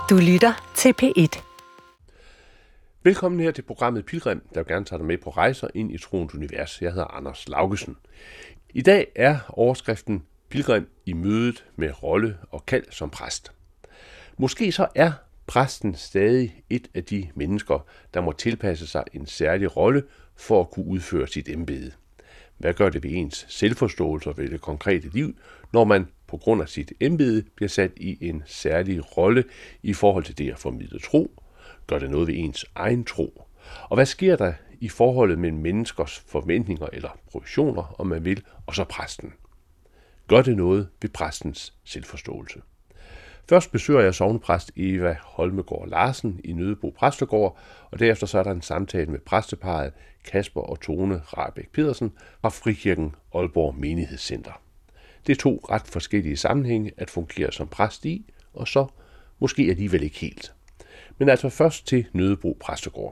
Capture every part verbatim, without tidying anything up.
Du lytter til P et. Velkommen her til programmet Pilgrim, der gerne tager dig med på rejser ind i troens univers. Jeg hedder Anders Laugesen. I dag er overskriften Pilgrim i mødet med rolle og kald som præst. Måske så er præsten stadig et af de mennesker, der må tilpasse sig en særlig rolle for at kunne udføre sit embede. Hvad gør det ved ens selvforståelse ved det konkrete liv, når man på grund af sit embede bliver sat i en særlig rolle i forhold til det at formidle tro? Gør det noget ved ens egen tro? Og hvad sker der i forholdet mellem menneskers forventninger eller projektioner, om man vil, og så præsten? Gør det noget ved præstens selvforståelse? Først besøger jeg sognepræst Eva Holmegård Larsen i Nødebo Præstegård, og derefter så er der en samtale med præsteparret Kasper og Tone Rahbek Pedersen fra Frikirken Aalborg Menighedscenter. Det er to ret forskellige sammenhænge at fungere som præst i, og så måske alligevel ikke helt. Men altså først til Nødebo Præstegård.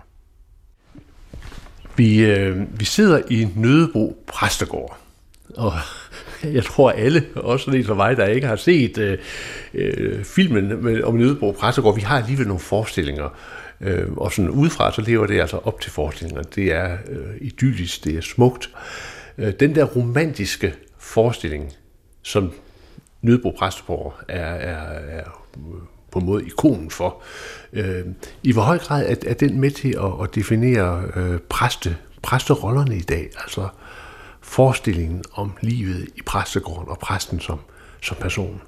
Vi, øh, vi sidder i Nødebo Præstegård, og jeg tror alle, også lige som mig, der ikke har set øh, øh, filmen med, om Nødebo Præstegård, vi har alligevel nogle forestillinger, øh, og sådan udefra, så lever det altså op til forestillinger. Det er øh, idyllisk, det er smukt. Øh, den der romantiske forestilling, som Nødebo Præstegård er, er, er på en måde ikonen for, øh, i hvor høj grad er, er den med til at, at definere øh, præste, præsterollerne i dag, altså forestillingen om livet i præstegården og præsten som, som person?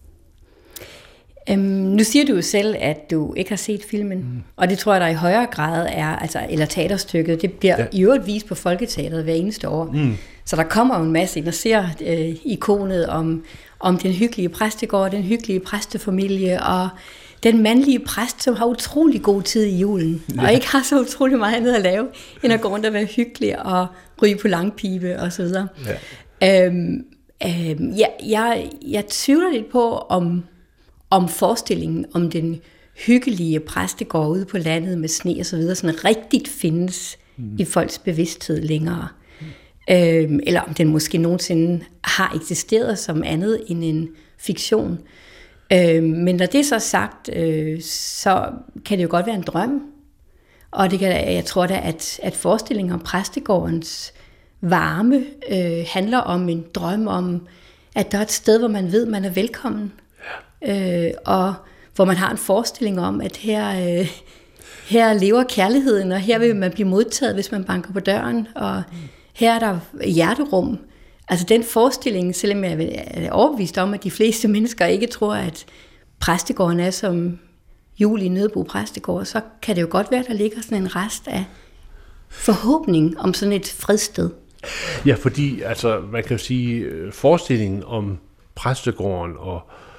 Øhm, nu siger du jo selv, at du ikke har set filmen, mm. og det tror jeg, der i højere grad er, altså, eller teaterstykket, det bliver ja. i øvrigt vist på Folketeatret hver eneste år. Mm. Så der kommer jo en masse ind og ser øh, ikonet om, om den hyggelige præstegård, den hyggelige præstefamilie, og den mandlige præst, som har utrolig god tid i julen, ja. og ikke har så utrolig meget andet at lave, end at gå rundt og være hyggelig og ryge på langpibe og så videre. Ja. Øhm, øhm, ja, jeg, jeg tvivler lidt på, om, om forestillingen om den hyggelige præstegård ude på landet med sne og så videre, sådan rigtigt findes mm. i folks bevidsthed længere. Mm. Øhm, eller om den måske nogensinde har eksisteret som andet end en fiktion. Øh, men når det er så sagt, øh, så kan det jo godt være en drøm. Og det kan, jeg tror da, at, at forestillingen om præstegårdens varme øh, handler om en drøm om, at der er et sted, hvor man ved, man er velkommen. Ja. Øh, og hvor man har en forestilling om, at her, øh, her lever kærligheden, og her vil man blive modtaget, hvis man banker på døren. Og her er der hjerterum. Altså den forestilling, selvom jeg er overbevist om, at de fleste mennesker ikke tror, at præstegården er som jul i Nødebo Præstegård, så kan det jo godt være, at der ligger sådan en rest af forhåbning om sådan et fredsted. Ja, fordi altså, man kan jo sige, forestillingen om præstegården og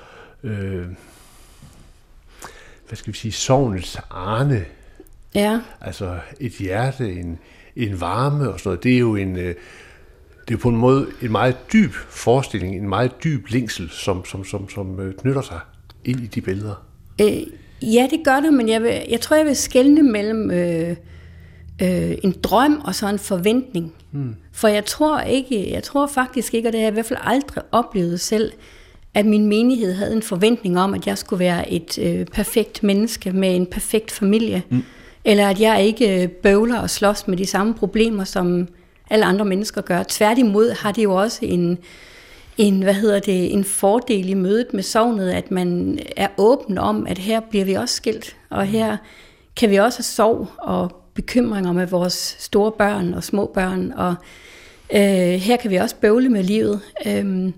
øh, hvad skal vi sige, sognets arne, ja. altså et hjerte, en, en varme og sådan noget, det er jo en... Øh, Det er på en måde en meget dyb forestilling, en meget dyb længsel, som, som, som, som knytter sig ind i de billeder. Øh, ja, det gør det, men jeg, vil, jeg tror, jeg vil skelne mellem øh, øh, en drøm og så en forventning. Hmm. For jeg tror ikke, jeg tror faktisk ikke, og det har jeg i hvert fald aldrig oplevet selv, at min menighed havde en forventning om, at jeg skulle være et øh, perfekt menneske med en perfekt familie, hmm. eller at jeg ikke bøvler og slås med de samme problemer, som alle andre mennesker gør. Tværtimod har det jo også en, en, hvad hedder det, en fordel i mødet med sognet, at man er åben om, at her bliver vi også skilt, og her kan vi også have sorg og bekymringer med vores store børn og små børn, og øh, her kan vi også bøvle med livet. Øhm,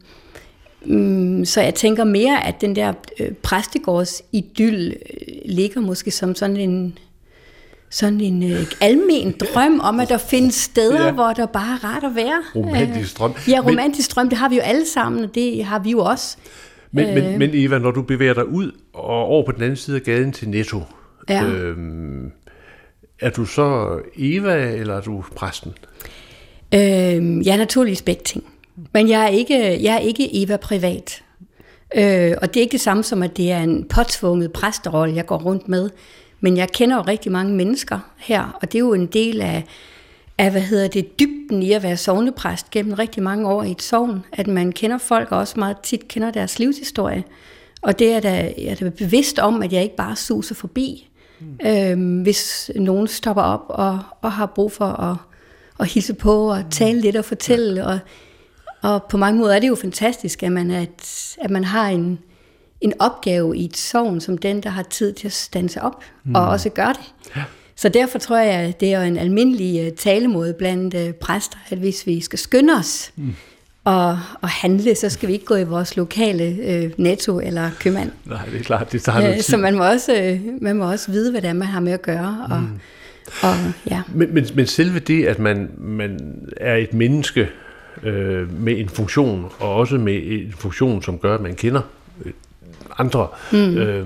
um, så jeg tænker mere, at den der øh, præstegårds idyll øh, ligger måske som sådan en sådan en øh, almen drøm om, at der findes steder, ja. hvor der bare er rart at være. Romantisk drøm. Ja, romantisk drøm, det har vi jo alle sammen, og det har vi jo også. Men, øh. men, men Eva, når du bevæger dig ud og over på den anden side af gaden til Netto, ja. øhm, er du så Eva, eller er du præsten? Øh, jeg er naturligvis begge ting. Men jeg er ikke, jeg er ikke Eva privat. Øh, og det er ikke det samme som, at det er en påtvunget præsterolle, jeg går rundt med. Men jeg kender jo rigtig mange mennesker her, og det er jo en del af, af hvad hedder det, dybden i at være sognepræst gennem rigtig mange år i et sogn, at man kender folk og også meget tit kender deres livshistorie. Og det er da, jeg er da bevidst om, at jeg ikke bare suser forbi, mm. øhm, hvis nogen stopper op og, og har brug for at, at hilse på og tale lidt og fortælle. Og, og på mange måder er det jo fantastisk, at man, at, at man har en, en opgave i et sogn, som den, der har tid til at standse op mm. og også gøre det. Ja. Så derfor tror jeg, at det er en almindelig talemåde blandt uh, præster, at hvis vi skal skynde os mm. og, og handle, så skal vi ikke gå i vores lokale uh, Netto eller købmand. Nej, det er klart, det tager noget tid. Så man må også, uh, man må også vide, hvad det er, man har med at gøre. Og, mm. og, ja. men, men, men selve det, at man, man er et menneske øh, med en funktion, og også med en funktion, som gør, at man kender andre, mm. øh,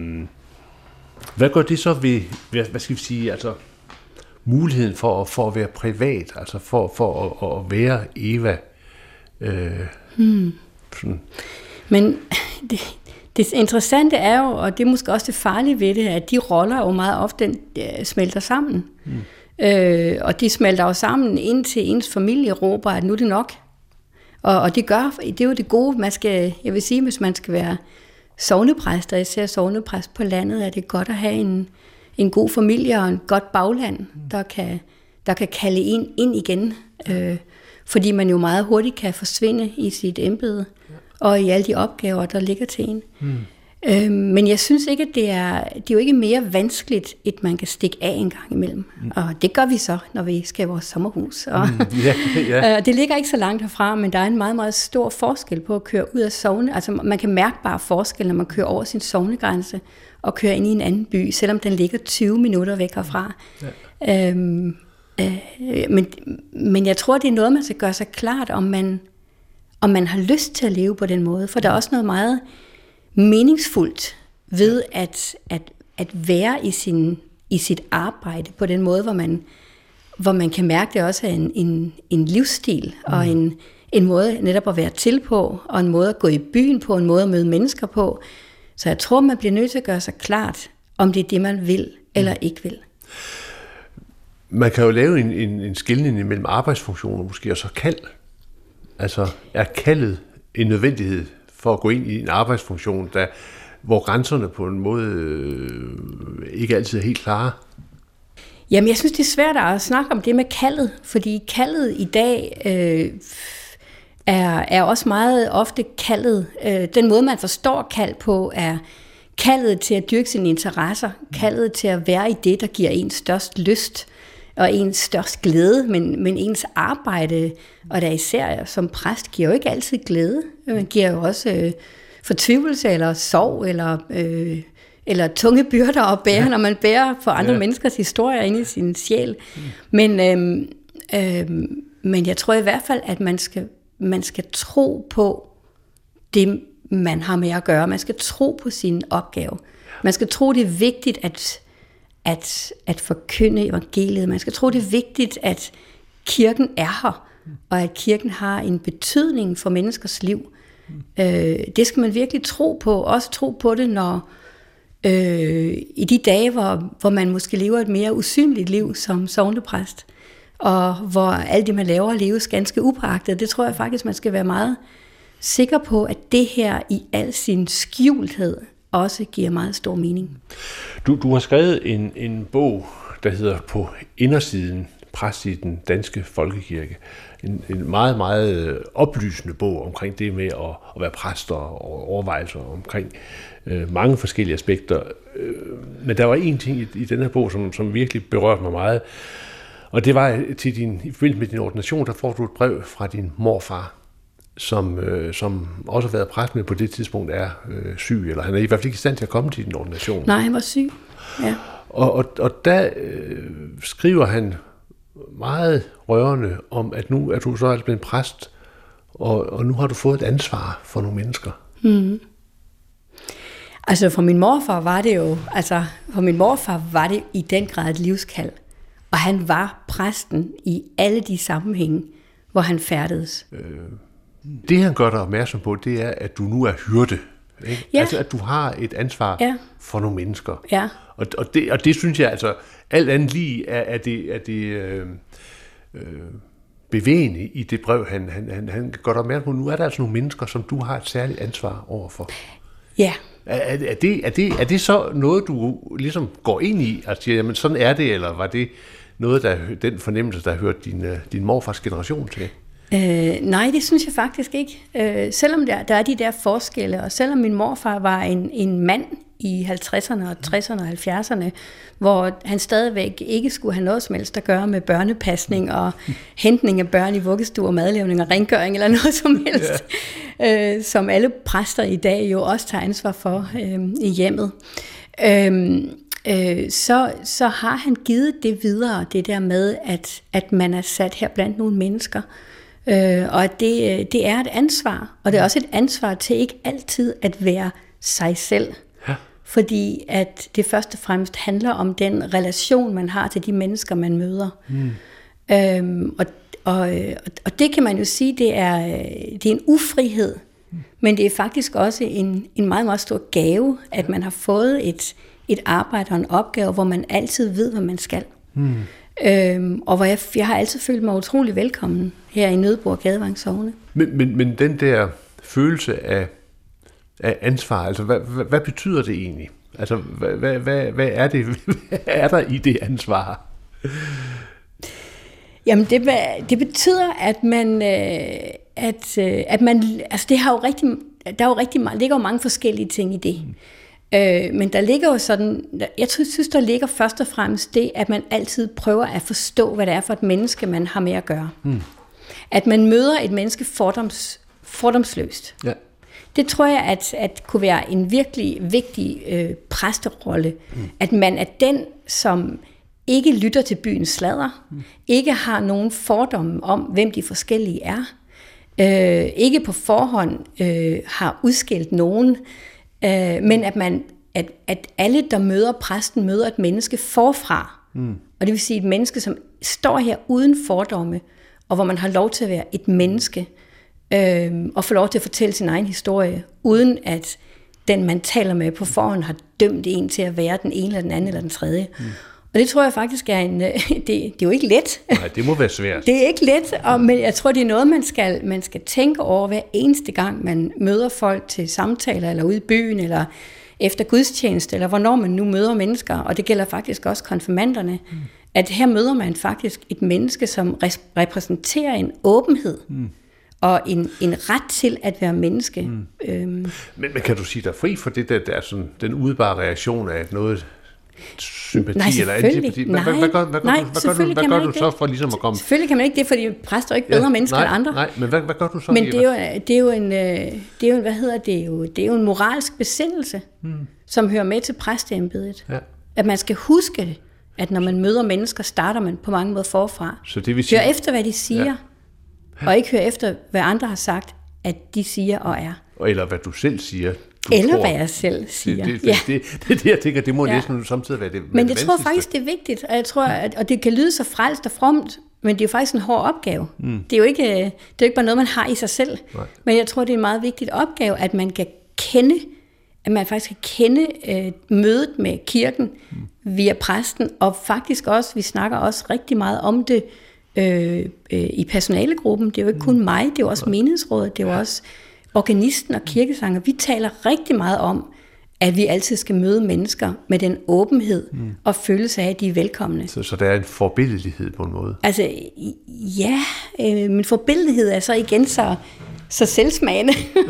hvad gør det så ved, hvad skal vi sige, altså muligheden for, for at være privat, altså for, for at, at være Eva? Øh, hmm. sådan. Men det, det interessante er jo, og det er måske også det farlige ved det, at de roller jo meget ofte smelter sammen. Hmm. Øh, og de smelter jo sammen, indtil ens familie råber, at nu er det nok. Og, og det gør, det er jo det gode, man skal, jeg vil sige, hvis man skal være sognepræst, og især sognepræst på landet, er det godt at have en, en god familie og en godt bagland, der kan, der kan kalde en ind igen, øh, fordi man jo meget hurtigt kan forsvinde i sit embede, og i alle de opgaver, der ligger til en. Mm. Øh, men jeg synes ikke, at det er, det er jo ikke mere vanskeligt, at man kan stikke af en gang imellem. Mm. Og det gør vi så, når vi skal i vores sommerhus. Og, mm. yeah, yeah. Det ligger ikke så langt herfra, men der er en meget, meget stor forskel på at køre ud af sogne. Altså man kan mærke bare forskel, når man kører over sin sognegrænse og kører ind i en anden by, selvom den ligger tyve minutter væk herfra. Yeah. Øhm, øh, men, men jeg tror, det er noget, man skal gøre sig klart, om man, om man har lyst til at leve på den måde. For der er også noget meget meningsfuldt ved at, at, at være i, sin, i sit arbejde på den måde, hvor man, hvor man kan mærke, det også er en, en, en livsstil, mm. og en, en måde netop at være til på, og en måde at gå i byen på, en måde at møde mennesker på. Så jeg tror, man bliver nødt til at gøre sig klart, om det er det, man vil eller mm. ikke vil. Man kan jo lave en, en, en skelnen mellem arbejdsfunktioner måske, og så kald. Altså, er kaldet en nødvendighed for at gå ind i en arbejdsfunktion, der, hvor grænserne på en måde øh, ikke altid er helt klare? Jamen, jeg synes, det er svært at snakke om det med kaldet, fordi kaldet i dag øh, er, er også meget ofte kaldet. Øh, den måde, man forstår kald på, er kaldet til at dyrke sine interesser, kaldet til at være i det, der giver ens størst lyst og ens størst glæde, men, men ens arbejde, og der især som præst, giver jo ikke altid glæde. Man giver jo også øh, fortvivlelse, eller sorg, eller, øh, eller tunge byrder at bære, ja. Når man bærer på andre ja. Menneskers historier inde i sin sjæl. Mm. Men, øh, øh, men jeg tror i hvert fald, at man skal, man skal tro på det, man har med at gøre. Man skal tro på sin opgave. Man skal tro, det er vigtigt, at At, at forkynde evangeliet. Man skal tro, det er vigtigt, at kirken er her, og at kirken har en betydning for menneskers liv. Mm. Øh, det skal man virkelig tro på. Også tro på det, når øh, i de dage, hvor, hvor man måske lever et mere usynligt liv som sognepræst, og hvor alt det, man laver, leves ganske upåagtet. Det tror jeg faktisk, man skal være meget sikker på, at det her i al sin skjulthed også giver meget stor mening. Du, du har skrevet en, en bog, der hedder På indersiden, præst i den danske folkekirke. En, en meget, meget oplysende bog omkring det med at, at være præst og overvejelser omkring øh, mange forskellige aspekter. Øh, men der var en ting i, i den her bog, som, som virkelig berørte mig meget, og det var til din, i forbindelse med din ordination, der får du et brev fra din morfar, som, øh, som også har været præst med på det tidspunkt, er øh, syg, eller han er i hvert fald ikke i stand til at komme til din ordination. Nej, han var syg, ja. Og, og, og der øh, skriver han meget rørende om, at nu er du så altså blevet præst, og, og nu har du fået et ansvar for nogle mennesker. Mm. Altså for min morfar var det jo, altså for min morfar var det i den grad et livskald, og han var præsten i alle de sammenhænge, hvor han færdedes. Øh. Det, han gør dig opmærksom på, det er, at du nu er hyrde. Ikke? Ja. Altså, at du har et ansvar ja. For nogle mennesker. Ja. Og, og, det, og det synes jeg, altså, alt andet lige er, er det, er det øh, øh, bevægende i det brev, han, han, han, han gør dig opmærksom på. Nu er der altså nogle mennesker, som du har et særligt ansvar overfor. Ja, Er, er, det, er, det, er det så noget, du ligesom går ind i, og siger, jamen sådan er det, eller var det noget, der den fornemmelse, der hørte din, din morfars generation til? Øh, nej, det synes jeg faktisk ikke. Øh, selvom der, der er de der forskelle, og selvom min morfar var en, en mand i halvtredserne og tresserne og halvfjerdserne, hvor han stadigvæk ikke skulle have noget som helst at gøre med børnepasning og hentning af børn i vuggestue og madlavning og rengøring eller noget som helst, yeah. øh, som alle præster i dag jo også tager ansvar for øh, i hjemmet. Øh, øh, så, så har han givet det videre, det der med, at, at man er sat her blandt nogle mennesker, øh, og at det, det er et ansvar, og det er også et ansvar til ikke altid at være sig selv. Fordi at det først og fremmest handler om den relation, man har til de mennesker, man møder. Mm. Øhm, og, og, og det kan man jo sige, det er, det er en ufrihed, mm. men det er faktisk også en, en meget, meget stor gave, at man har fået et, et arbejde og en opgave, hvor man altid ved, hvad man skal. Mm. Øhm, og hvor jeg, jeg har altid følt mig utrolig velkommen her i Nødebo og Gadevang Sogne. Men, men, men den der følelse af af ansvar, altså hvad, hvad, hvad betyder det egentlig? Altså hvad, hvad, hvad, hvad er det, hvad er der i det ansvar? Jamen det, det betyder, at man, at, at man, altså det har jo rigtig, der er jo rigtig meget, ligger jo mange forskellige ting i det. Mm. Øh, men der ligger jo sådan, jeg synes, der ligger først og fremmest det, at man altid prøver at forstå, hvad det er for et menneske, man har med at gøre. Mm. At man møder et menneske fordoms, fordomsløst. Ja. Det tror jeg, at, at kunne være en virkelig vigtig øh, præsterolle. Mm. At man er den, som ikke lytter til byens sladder, mm. ikke har nogen fordomme om, hvem de forskellige er, øh, ikke på forhånd øh, har udskilt nogen, øh, men at, man, at, at alle, der møder præsten, møder et menneske forfra. Mm. Og det vil sige et menneske, som står her uden fordomme, og hvor man har lov til at være et menneske, Øhm, og få lov til at fortælle sin egen historie, uden at den, man taler med på forhånd, har dømt en til at være den ene, eller den anden, eller den tredje. Mm. Og det tror jeg faktisk er en... Det, det er jo ikke let. Nej, det må være svært. Det er ikke let, og, men jeg tror, det er noget, man skal, man skal tænke over hver eneste gang, man møder folk til samtaler, eller ude i byen, eller efter gudstjeneste, eller hvornår man nu møder mennesker, og det gælder faktisk også konfirmanderne, mm. at her møder man faktisk et menneske, som repræsenterer en åbenhed, mm. og en, en ret til at være menneske. Mm. Øhm. Men, men kan du sige dig fri for det, der, der er sådan, den udebare reaktion af noget sympati nej, eller antipati? Nej, hvad, hvad, hvad, hvad, nej, hvad, hvad gør du, hvad gør du så for ligesom at komme... Selvfølgelig kan man ikke det, fordi præster er ikke bedre ja, mennesker nej, end andre. Nej, men hvad, hvad gør du så? Men det er, jo, det er jo en, det er jo, hvad hedder det, jo, det er jo en moralsk besindelse, hmm. som hører med til præsteembedet. Ja. At man skal huske, at når man møder mennesker, starter man på mange måder forfra. Så det vil sige... Hør efter, hvad de siger. Ja. Og ikke høre efter, hvad andre har sagt, at de siger og er. Eller hvad du selv siger. Du Eller tror, hvad jeg selv siger. Det, det, ja. det, det, det, det jeg tænker, det må ja. næsten samtidig være det. Men det jeg tror faktisk, det er vigtigt. Og, jeg tror, at, og det kan lyde så frelst og fromt, men det er jo faktisk en hård opgave. Mm. Det er jo ikke, det er jo ikke bare noget, man har i sig selv. Nej. Men jeg tror, det er en meget vigtig opgave, at man kan kende, at man faktisk kan kende øh, mødet med kirken mm. via præsten, og faktisk også, vi snakker også rigtig meget om det, Øh, øh, i personalegruppen. Det er jo ikke kun mig, det er jo også menighedsrådet, det er jo også organisten og kirkesanger. Vi taler rigtig meget om, at vi altid skal møde mennesker med den åbenhed mm. og følelse af, at de er velkomne. Så, så der er en forbilledlighed på en måde? Altså, ja, øh, men forbilledlighed er så igen så, så selvsmagende.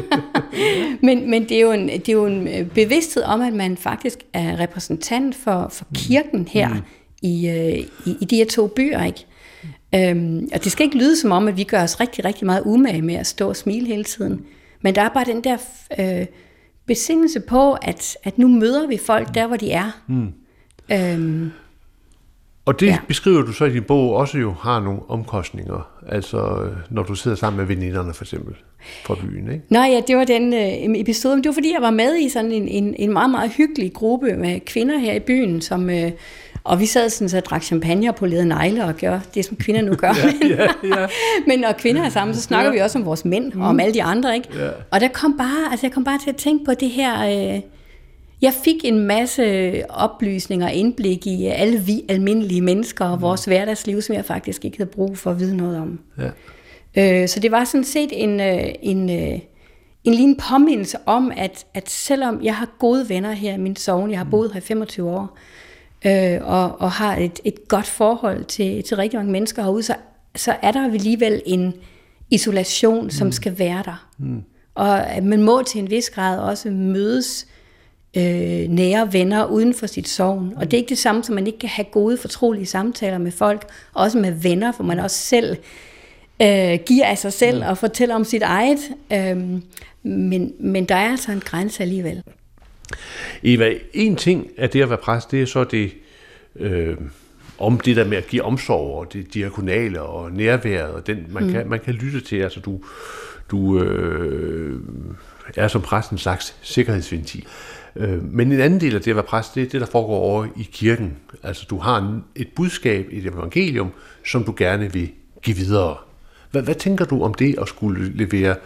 men men det, er jo en, det er jo en bevidsthed om, at man faktisk er repræsentant for, for kirken her mm. i, øh, i, i de her to byer, ikke? Øhm, og det skal ikke lyde som om, at vi gør os rigtig, rigtig meget umage med at stå og smile hele tiden. Men der er bare den der øh, besindelse på, at, at nu møder vi folk der, hvor de er. Mm. Øhm, og det ja. beskriver du så i din bog også jo har nogle omkostninger. Altså når du sidder sammen med veninderne for eksempel fra byen, ikke? Nej, ja, det var den øh, episode. Men det var fordi, jeg var med i sådan en, en, en meget, meget hyggelig gruppe med kvinder her i byen, som... Øh, Og vi sad sådan så drak champagne og polerede negle og gjorde det, som kvinder nu gør. ja, ja, ja. Men når kvinder er sammen, så snakker ja. vi også om vores mænd og om alle de andre, ikke? Ja. Og der kom bare, altså jeg kom bare til at tænke på det her. Øh, jeg fik en masse oplysninger og indblik i alle vi almindelige mennesker og vores hverdagsliv, som jeg faktisk ikke havde brug for at vide noget om. Ja. Øh, så det var sådan set en, en, en lille påmindelse om, at, at selvom jeg har gode venner her i min sogn, jeg har boet her i femogtyve år, øh, og, og har et, et godt forhold til, til rigtig mange mennesker herude, så, så er der alligevel en isolation, som mm. skal være der. Mm. Og man må til en vis grad også mødes øh, nære venner uden for sit sogn. Og det er ikke det samme, som man ikke kan have gode, fortrolige samtaler med folk, også med venner, for man også selv øh, giver af sig selv og fortæller om sit eget. Øh, men, men der er altså en grænse alligevel. Eva, en ting af det at være præst, det er så det, øh, om det der med at give omsorg og det diakonale og nærværet, og den, man, mm. kan, man kan lytte til. Altså du, du øh, er som præst en slags sikkerhedsventil. Øh, men en anden del af det at være præst, det er det, der foregår over i kirken. Altså du har en, et budskab, et evangelium, som du gerne vil give videre. Hvad, hvad tænker du om det at skulle levere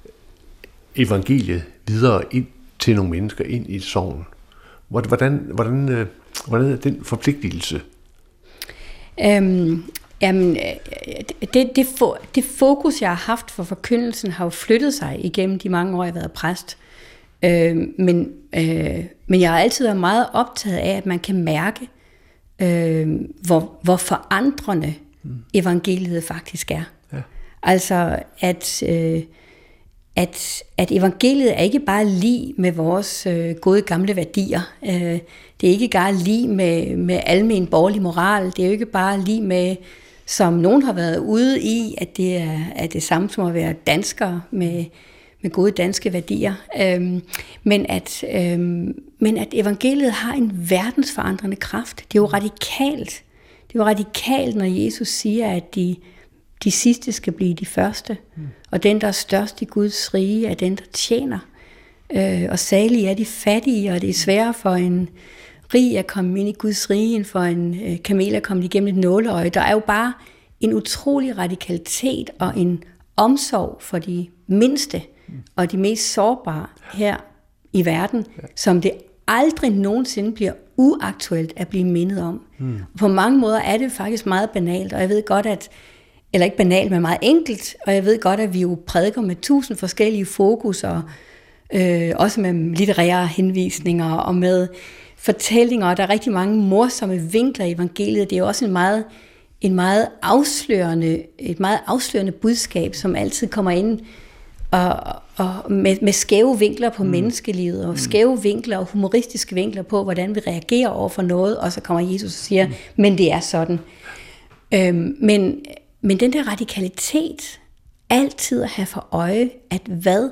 evangeliet videre ind til nogle mennesker, ind i et sogn? Hvordan, hvordan, hvordan er den forpligtelse? Øhm, jamen, det, det, fo, det fokus, jeg har haft for forkyndelsen, har jo flyttet sig igennem de mange år, jeg har været præst. Øh, men, øh, men jeg har altid været meget optaget af, at man kan mærke, øh, hvor, hvor forandrende mm. evangeliet faktisk er. Ja. Altså, at... Øh, At, at evangeliet er ikke bare lig med vores øh, gode gamle værdier. Øh, det er ikke bare lig med, med almen borgerlig moral. Det er jo ikke bare lig med, som nogen har været ude i, at det er, er det samme som at være danskere med, med gode danske værdier. Øh, men, at, øh, men at evangeliet har en verdensforandrende kraft. Det er jo radikalt. Det er jo radikalt, når Jesus siger, at de De sidste skal blive de første, mm. og den, der er størst i Guds rige, er den, der tjener. Øh, og salige er de fattige, og det er sværere for en rig at komme ind i Guds rige, end for en øh, kamel at komme igennem et nåleøje. Der er jo bare en utrolig radikalitet og en omsorg for de mindste mm. og de mest sårbare her i verden, ja. Som det aldrig nogensinde bliver uaktuelt at blive mindet om. Mm. Og på mange måder er det faktisk meget banalt, og jeg ved godt, at eller ikke banalt, men meget enkelt, og jeg ved godt, at vi jo prædiker med tusind forskellige fokus, og øh, også med litterære henvisninger, og med fortællinger, og der er rigtig mange morsomme vinkler i evangeliet. Det er jo også en meget, en meget afslørende, et meget afslørende budskab, som altid kommer ind og, og med, med skæve vinkler på mm. menneskelivet, og skæve vinkler og humoristiske vinkler på, hvordan vi reagerer over for noget, og så kommer Jesus og siger, mm. men det er sådan. Øhm, men Men den der radikalitet, altid at have for øje, at hvad,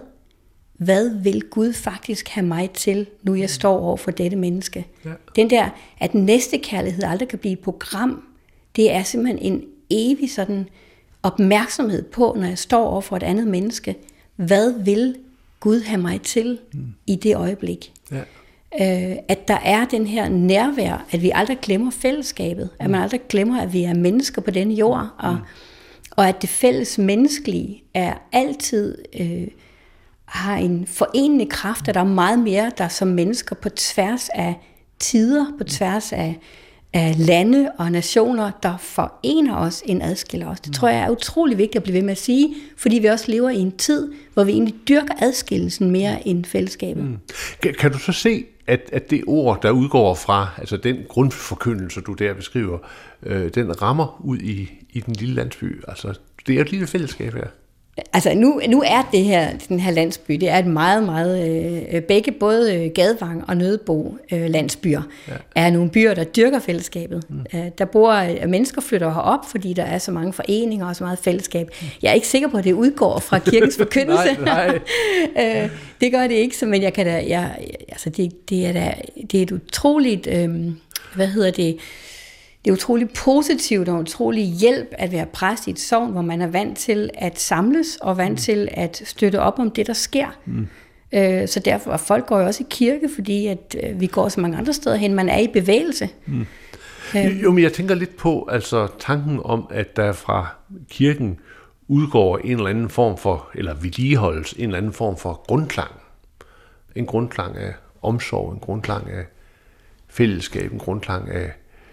hvad vil Gud faktisk have mig til, nu jeg står over for dette menneske? Ja. Den der, at næstekærlighed aldrig kan blive et program, det er simpelthen en evig sådan opmærksomhed på, når jeg står over for et andet menneske. Hvad vil Gud have mig til mm. i det øjeblik? Ja. Øh, at der er den her nærvær, at vi aldrig glemmer fællesskabet, mm. at man aldrig glemmer, at vi er mennesker på denne jord, og, mm. og at det fælles menneskelige er altid øh, har en forenende kraft, at der er meget mere, der som mennesker på tværs af tider, på tværs af, af lande og nationer, der forener os end adskiller os. Det tror jeg er utrolig vigtigt at blive ved med at sige, fordi vi også lever i en tid, hvor vi egentlig dyrker adskillelsen mere end fællesskabet. Mm. Kan, kan du så se, at, at det ord, der udgår fra, altså den grundforkyndelse, du der beskriver, øh, den rammer ud i, i den lille landsby? Altså, det er et lille fællesskab her. Altså nu, nu er det her, den her landsby, det er et meget, meget, øh, begge både Gadevang og Nødebo øh, landsbyer, ja. Er nogle byer, der dyrker fællesskabet. Mm. Øh, der bor mennesker, flytter herop, fordi der er så mange foreninger og så meget fællesskab. Jeg er ikke sikker på, at det udgår fra kirkens forkyndelse. nej, nej. øh, det gør det ikke, så, men jeg kan da, jeg, altså det, det er da, det er et utroligt, øh, hvad hedder det, Det er utroligt positivt og utrolig hjælp at være præst i et sogn, hvor man er vant til at samles og vant mm. til at støtte op om det, der sker. Mm. Øh, så derfor, folk går jo også i kirke, fordi at øh, vi går så mange andre steder hen. Man er i bevægelse. Mm. Øh. Jo, men jeg tænker lidt på altså tanken om, at der fra kirken udgår en eller anden form for, eller vedligeholdes en eller anden form for grundklang. En grundklang af omsorg, en grundklang af fællesskab, en grundklang af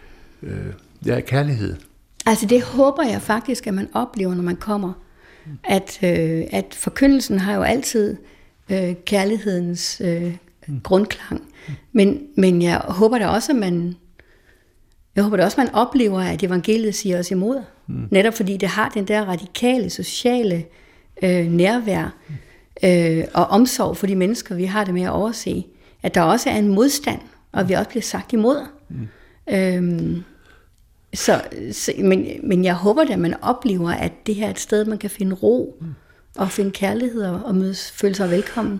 ja, kærlighed. Altså det håber jeg faktisk, at man oplever, når man kommer. At, øh, at forkyndelsen har jo altid øh, kærlighedens øh, mm. grundklang. Mm. Men, men jeg håber da også, at man, jeg håber da også, at man oplever, at evangeliet siger os imod. Mm. Netop fordi det har den der radikale, sociale øh, nærvær mm. øh, og omsorg for de mennesker, vi har det med at overse. At der også er en modstand, og vi også bliver sagt imod. Mm. Øhm, så, så, men, men jeg håber da, at man oplever, at det her er et sted, man kan finde ro, mm. og finde kærlighed og mødes, føle sig velkommen.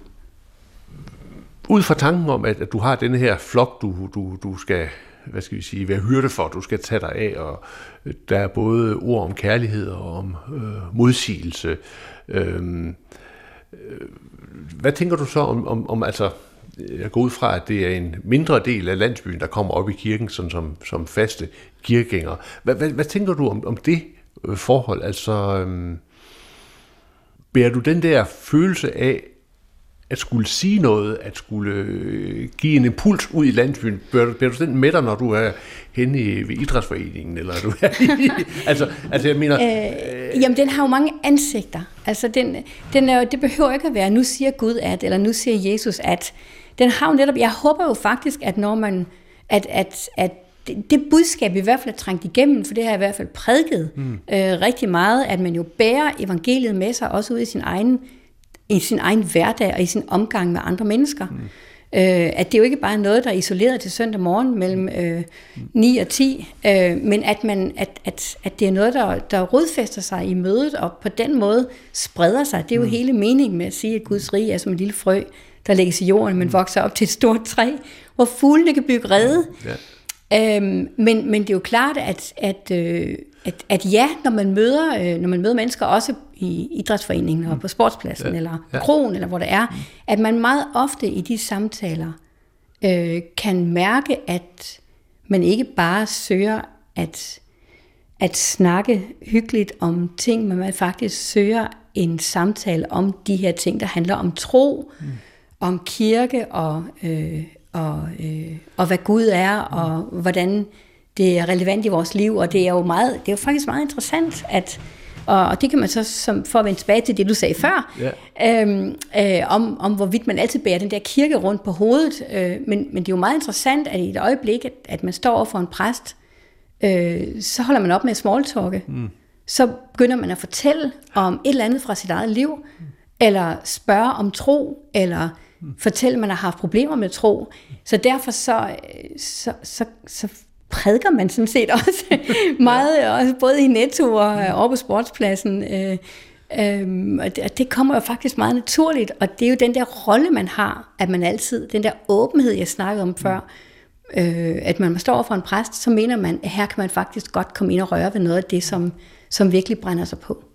Ud fra tanken om, at, at du har denne her flok, du, du, du skal, hvad skal vi sige, være hyrde for, du skal tage dig af, og der er både ord om kærlighed og om øh, modsigelse. Øhm, øh, hvad tænker du så om, om, om, altså, jeg går ud fra, at det er en mindre del af landsbyen, der kommer op i kirken sådan som, som faste kirkegængere. Hvad, hvad, hvad tænker du om, om det forhold? Altså, øhm, bærer du den der følelse af, at skulle sige noget, at skulle øh, give en impuls ud i landsbyen, bærer du, bærer du den med dig, når du er henne i, ved idrætsforeningen? Eller du er i, altså, altså, jeg mener... Øh, jamen, den har jo mange ansigter. Altså, den, den er jo, det behøver ikke at være, nu siger Gud at, eller nu siger Jesus at. Den har jo netop... Jeg håber jo faktisk, at når man... At, at, at det, det budskab i hvert fald er trængt igennem, for det har jeg i hvert fald prædiket mm. øh, rigtig meget, at man jo bærer evangeliet med sig, også ud i sin egen i sin egen hverdag og i sin omgang med andre mennesker. Mm. Øh, at det jo ikke bare er noget, der er isoleret til søndag morgen mellem øh, ni og ti, øh, men at, man, at, at, at det er noget, der, der rodfæster sig i mødet, og på den måde spreder sig. Det er jo mm. hele meningen med at sige, at Guds rige er som en lille frø, der lægges i jorden, men vokser op til et stort træ, hvor fuglene kan bygge rede. Ja. Øhm, men, men det er jo klart, at, at, øh, at, at ja, når man møder, øh, når man møder mennesker, også i idrætsforeningen og på sportspladsen, ja. eller ja. kroen, eller hvor det er, at man meget ofte i de samtaler øh, kan mærke, at man ikke bare søger at, at snakke hyggeligt om ting, men man faktisk søger en samtale om de her ting, der handler om tro, mm. om kirke og, øh, og, øh, og hvad Gud er, og hvordan det er relevant i vores liv, og det er jo meget, det er jo faktisk meget interessant, at og det kan man så, som, for at vende tilbage til det, du sagde før, yeah. øhm, øh, om, om hvorvidt man altid bærer den der kirke rundt på hovedet. Øh, men, men det er jo meget interessant, at i et øjeblik, at, at man står over for en præst, øh, så holder man op med at smalltalke. Mm. Så begynder man at fortælle om et eller andet fra sit eget liv, mm. eller spørge om tro, eller mm. fortælle, at man har haft problemer med tro. Så derfor så, så, så, så prædiker man sådan set også meget, ja. også både i Netto og mm. over på sportspladsen. Øh, øh, og, det, og det kommer jo faktisk meget naturligt, og det er jo den der rolle, man har, at man altid, den der åbenhed, jeg snakkede om før, øh, at man står over for en præst, så mener man, at her kan man faktisk godt komme ind og røre ved noget af det, som, som virkelig brænder sig på.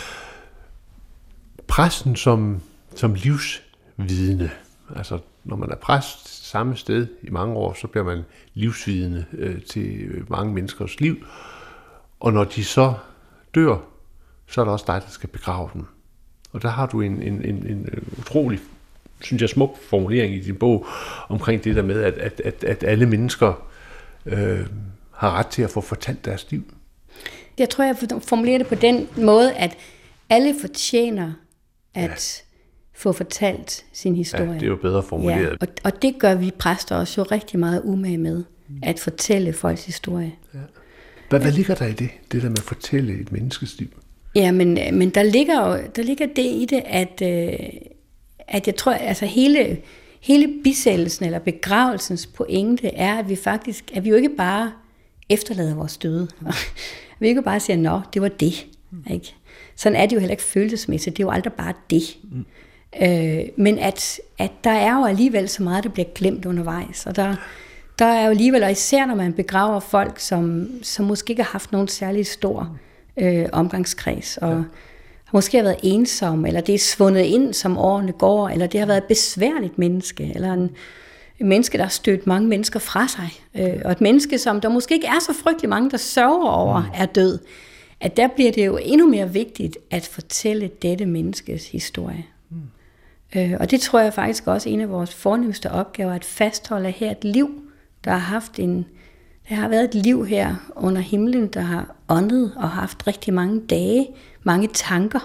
Præsten som, som livsvidne, altså når man er præst samme sted i mange år, så bliver man livsvidne øh, til mange menneskers liv. Og når de så dør, så er det også dig, der skal begrave dem. Og der har du en, en, en, en utrolig, synes jeg, smuk formulering i din bog omkring det der med, at, at, at, at alle mennesker øh, har ret til at få fortalt deres liv. Jeg tror, jeg formulerer det på den måde, at alle fortjener at... Ja. få fortalt sin historie. Ja, det er jo bedre formuleret. Ja, og, og det gør vi præster også jo rigtig meget umage med, at fortælle folks historie. Ja. Hvad, hvad ligger der i det, det der med at fortælle et menneskes liv? Ja, men, men der ligger jo der ligger det i det, at, øh, at jeg tror, altså hele, hele bisættelsen eller begravelsens pointe er, at vi faktisk, at vi jo ikke bare efterlader vores døde. Vi ikke bare siger, nå, det var det. Mm. Ikke? Sådan er det jo heller ikke følelsesmæssigt. Det er jo aldrig bare det. Mm. Øh, men at, at der er jo alligevel så meget, der bliver glemt undervejs, og der, der er jo alligevel, og især når man begraver folk, som, som måske ikke har haft nogen særlig stor øh, omgangskreds, og ja. måske har været ensom, eller det er svundet ind, som årene går, eller det har været et besværligt menneske, eller en, en menneske, der har stødt mange mennesker fra sig, øh, og et menneske, som der måske ikke er så frygtelig mange, der sørger over, mm. er død, at der bliver det jo endnu mere vigtigt at fortælle dette menneskes historie. Mm. Øh, og det tror jeg faktisk også er en af vores fornemmeste opgaver, at fastholde her et liv, der har haft en, der har været et liv her under himlen, der har åndet og haft rigtig mange dage, mange tanker,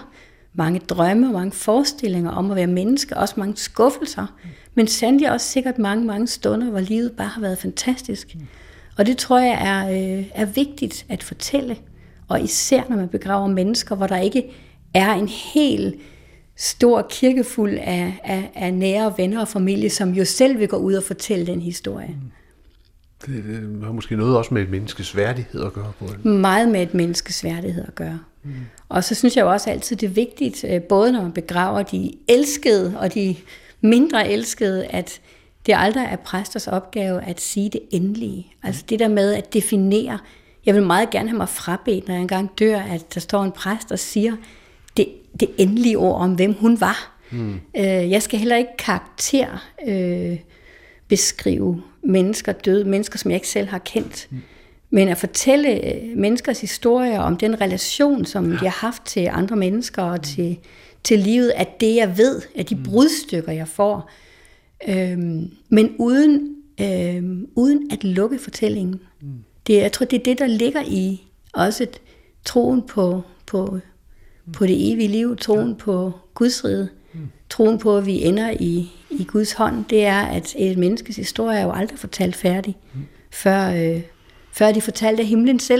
mange drømme og mange forestillinger om at være menneske, også mange skuffelser, mm. men sandelig også sikkert mange, mange stunder, hvor livet bare har været fantastisk. Mm. Og det tror jeg er, øh, er vigtigt at fortælle, og især når man begraver mennesker, hvor der ikke er en helt stor kirke fuld af, af, af nære venner og familie, som jo selv vil gå ud og fortælle den historie. Mm. Det, det har måske noget også med et menneskes værdighed at gøre på det. Meget med et menneskes værdighed at gøre. Mm. Og så synes jeg jo også altid, det er vigtigt, både når man begraver de elskede og de mindre elskede, at det aldrig er præsters opgave at sige det endelige. Altså det der med at definere. Jeg vil meget gerne have mig frabedt, når jeg engang dør, at der står en præst og siger det, det endelige ord om, hvem hun var. Mm. Øh, jeg skal heller ikke karakter øh, beskrive mennesker døde, mennesker, som jeg ikke selv har kendt. Mm. Men at fortælle menneskers historier om den relation, som ja. de har haft til andre mennesker og mm. til, til livet, at det jeg ved, at de mm. brudstykker, jeg får, øhm, men uden, øhm, uden at lukke fortællingen. Mm. Det, jeg tror, det er det, der ligger i også et, troen på, på, mm. på det evige liv, troen ja. på Guds rige, mm. troen på, at vi ender i, i Guds hånd. Det er, at et menneskes historie er jo aldrig fortalt færdig, mm. før... Øh, før de fortalte himlen selv.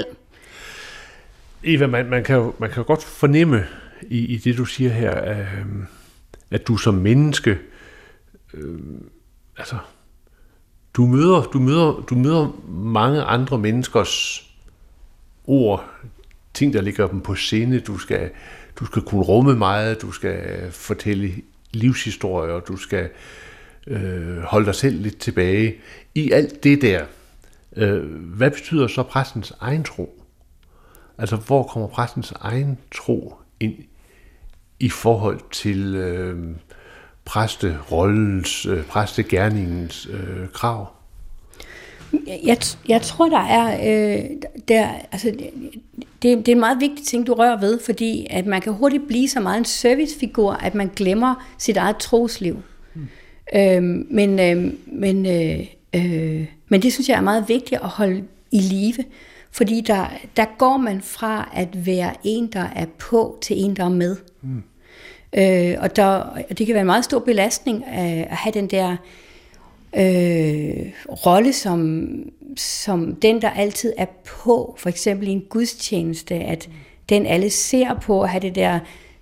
Eva, man, man, kan jo, man kan jo godt fornemme i, i det, du siger her, øh, at du som menneske, øh, altså, du møder, du, møder, du møder mange andre menneskers ord, ting, der ligger dem på sinde. Du skal, du skal kunne rumme meget, du skal fortælle livshistorier, du skal øh, holde dig selv lidt tilbage. I alt det der, hvad betyder så præstens egen tro? Altså, hvor kommer præstens egen tro ind i forhold til øh, præsterollens, øh, præstegærningens øh, krav? Jeg, jeg tror, der er... Øh, der, altså, det, det er en meget vigtig ting, du rører ved, fordi at man kan hurtigt blive så meget en servicefigur, at man glemmer sit eget trosliv. Hmm. Øh, men... Øh, men øh, øh, Men det synes jeg er meget vigtigt at holde i live, fordi der, der går man fra at være en, der er på, til en, der er med. Mm. Øh, og, der, og det kan være en meget stor belastning at, at have den der øh, rolle som, som den, der altid er på, for eksempel i en gudstjeneste, at mm. den alle ser på, at have det der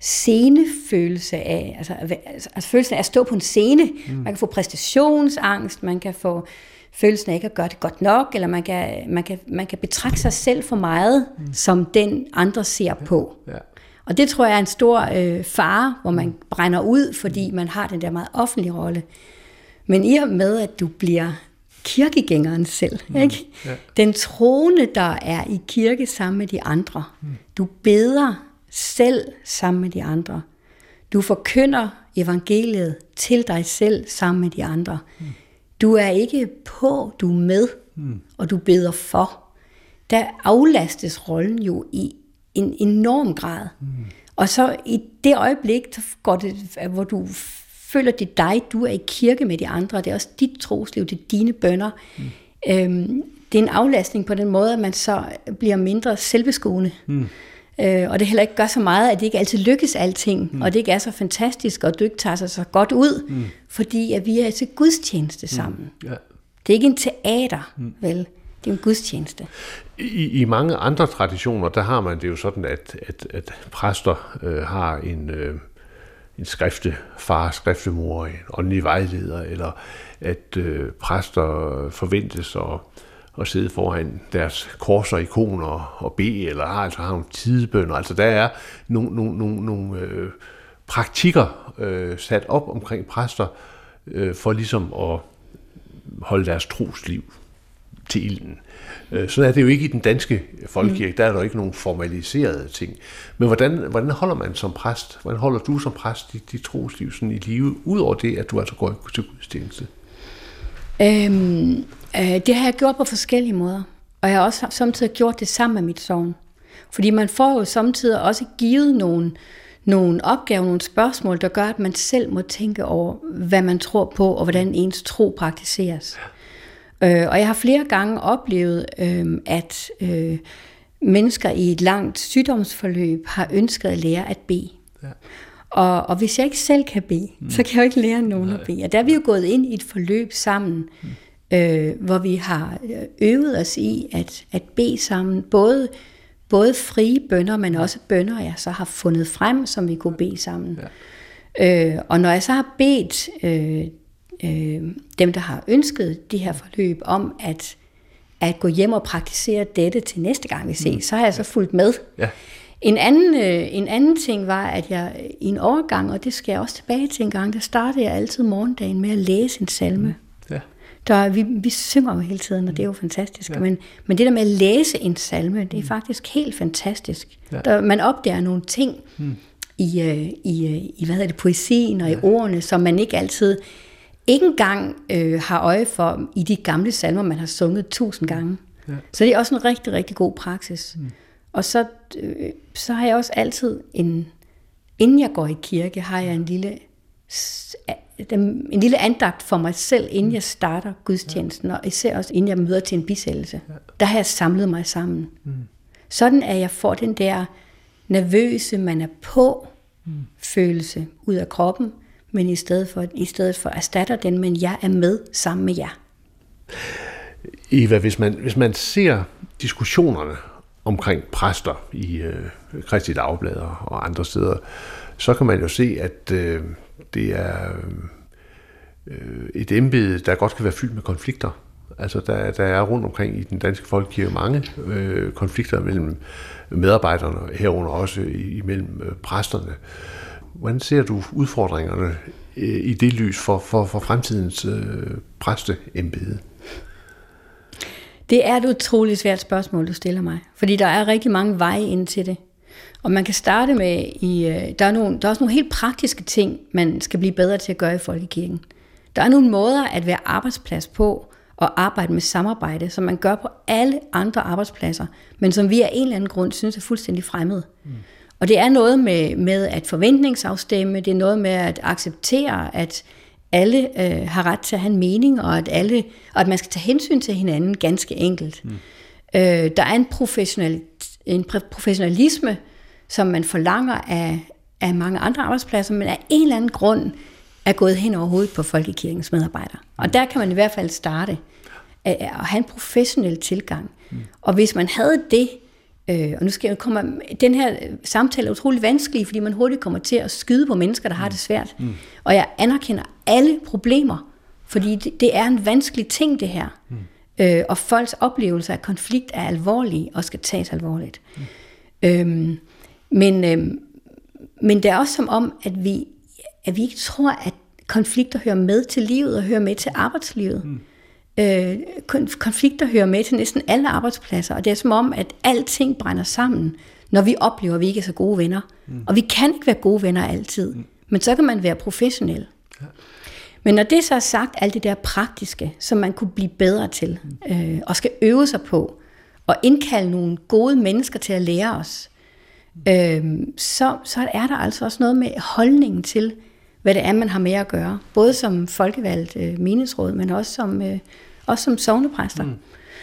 scenefølelse af, altså, altså følelsen af at stå på en scene. Mm. Man kan få præstationsangst, man kan få følelsen af ikke at gøre det godt nok, eller man kan, man kan, man kan betragte sig selv for meget, mm. som den andre ser på. Ja. Og det tror jeg er en stor øh, fare, hvor man brænder ud, fordi man har den der meget offentlige rolle. Men i og med, at du bliver kirkegængeren selv, mm. ikke? Ja. Den troende, der er i kirke sammen med de andre. Mm. Du beder selv sammen med de andre. Du forkynder evangeliet til dig selv sammen med de andre. Mm. Du er ikke på, du er med, mm. og du beder for. Der aflastes rollen jo i en enorm grad. Mm. Og så i det øjeblik, går det, hvor du føler, det er dig, du er i kirke med de andre, det er også dit trosliv, det er dine bønner. Mm. Øhm, det er en aflastning på den måde, at man så bliver mindre selvbeskuende. Mm. Øh, og det heller ikke gør så meget, at det ikke altid lykkes alting, mm. og det ikke er så fantastisk, og du ikke tager sig så godt ud, mm. fordi at vi er til gudstjeneste sammen. Mm. Ja. Det er ikke en teater, mm. vel? Det er en gudstjeneste. I, I mange andre traditioner, der har man det jo sådan, at, at, at præster øh, har en, øh, en skriftefar, skriftemor, en åndelig vejleder, eller at øh, præster forventes at og sidde foran deres kors og ikoner og bede, eller har altså har nogle tidebønner. Altså der er nogle, nogle, nogle, nogle øh, praktikker øh, sat op omkring præster, øh, for ligesom at holde deres trosliv til ilden. Øh, sådan er det jo ikke i den danske folkekirke, mm. der er der ikke nogen formaliserede ting. Men hvordan, hvordan holder man som præst, hvordan holder du som præst dit, dit trosliv sådan i live, udover det, at du altså går til gudstjeneste? Øhm, øh, det har jeg gjort på forskellige måder, og jeg har også samtidig gjort det sammen med mit sogn. Fordi man får jo samtidig også givet nogle, nogle opgaver, nogle spørgsmål, der gør, at man selv må tænke over, hvad man tror på, og hvordan ens tro praktiseres. Øh, og jeg har flere gange oplevet, øh, at øh, mennesker i et langt sygdomsforløb har ønsket at lære at bede. Ja. Og, og hvis jeg ikke selv kan bede, mm. så kan jeg jo ikke lære nogen Nej. At bede. Og der er vi jo gået ind i et forløb sammen, mm. øh, hvor vi har øvet os i at, at bede sammen, både, både frie bønner, men også bønner, jeg så har fundet frem, som vi kunne bede sammen. Ja. Øh, og når jeg så har bedt øh, øh, dem, der har ønsket de her forløb om at, at gå hjem og praktisere dette til næste gang vi ses, mm. så har jeg så fulgt med. Ja. En anden, øh, en anden ting var, at jeg i en overgang, og det skal jeg også tilbage til en gang, der startede jeg altid morgendagen med at læse en salme. Mm. Ja. Der, vi, vi synger jo hele tiden, og det er jo fantastisk. Ja. Men, men det der med at læse en salme, det er mm. faktisk helt fantastisk. Ja. Der, man opdager nogle ting mm. i, øh, i, i hvad hedder det, poesien og ja. I ordene, som man ikke altid, ikke engang øh, har øje for i de gamle salmer, man har sunget tusind gange. Ja. Så det er også en rigtig, rigtig god praksis. Mm. Og så, øh, så har jeg også altid en, inden jeg går i kirke, har jeg en lille, en lille andagt for mig selv, inden jeg starter gudstjenesten, og især også inden jeg møder til en bisættelse. Der har jeg samlet mig sammen. Mm. Sådan at jeg får den der nervøse, man er på mm. følelse ud af kroppen, men i stedet for, i stedet for erstatter den, men jeg er med sammen med jer. Eva, hvis man, hvis man ser diskussionerne omkring præster i øh, Kristi Dagblad og andre steder, så kan man jo se, at øh, det er øh, et embede, der godt kan være fyldt med konflikter. Altså, der, der er rundt omkring i den danske folkekirke mange øh, konflikter mellem medarbejderne, herunder også imellem øh, præsterne. Hvordan ser du udfordringerne øh, i det lys for, for, for fremtidens øh, præsteembede? Det er et utroligt svært spørgsmål, du stiller mig. Fordi der er rigtig mange veje ind til det. Og man kan starte med, i, der, er nogle, der er også nogle helt praktiske ting, man skal blive bedre til at gøre i folkekirken. Der er nogle måder at være arbejdsplads på, og arbejde med samarbejde, som man gør på alle andre arbejdspladser, men som vi af en eller anden grund synes er fuldstændig fremmede. Mm. Og det er noget med, med at forventningsafstemme, det er noget med at acceptere, at alle øh, har ret til at have en mening, og at, alle, og at man skal tage hensyn til hinanden ganske enkelt. Mm. Øh, der er en, professional, en professionalisme, som man forlanger af, af mange andre arbejdspladser, men af en eller anden grund er gået hen over hovedet på folkekirkens medarbejdere. Mm. Og der kan man i hvert fald starte at, at have en professionel tilgang. Mm. Og hvis man havde det, øh, og nu skal jeg komme, den her samtale er utrolig vanskelig, fordi man hurtigt kommer til at skyde på mennesker, der har det svært. Mm. Og jeg anerkender alle problemer, fordi det, det er en vanskelig ting, det her. Mm. Øh, og folks oplevelse af konflikt er alvorlig og skal tages alvorligt. Mm. Øhm, men, øhm, men det er også som om, at vi, at vi ikke tror, at konflikter hører med til livet og hører med til arbejdslivet. Mm. Øh, konflikter hører med til næsten alle arbejdspladser, og det er som om, at alting brænder sammen, når vi oplever, at vi ikke er så gode venner. Mm. Og vi kan ikke være gode venner altid, mm. men så kan man være professionel. Ja. Men når det så er sagt, alt det der praktiske, som man kunne blive bedre til, mm. øh, og skal øve sig på, og indkalde nogle gode mennesker til at lære os, mm. øh, så, så er der altså også noget med holdningen til, hvad det er, man har med at gøre. Både som folkevalgt øh, menighedsråd, men også som, øh, også som sognepræster. Mm.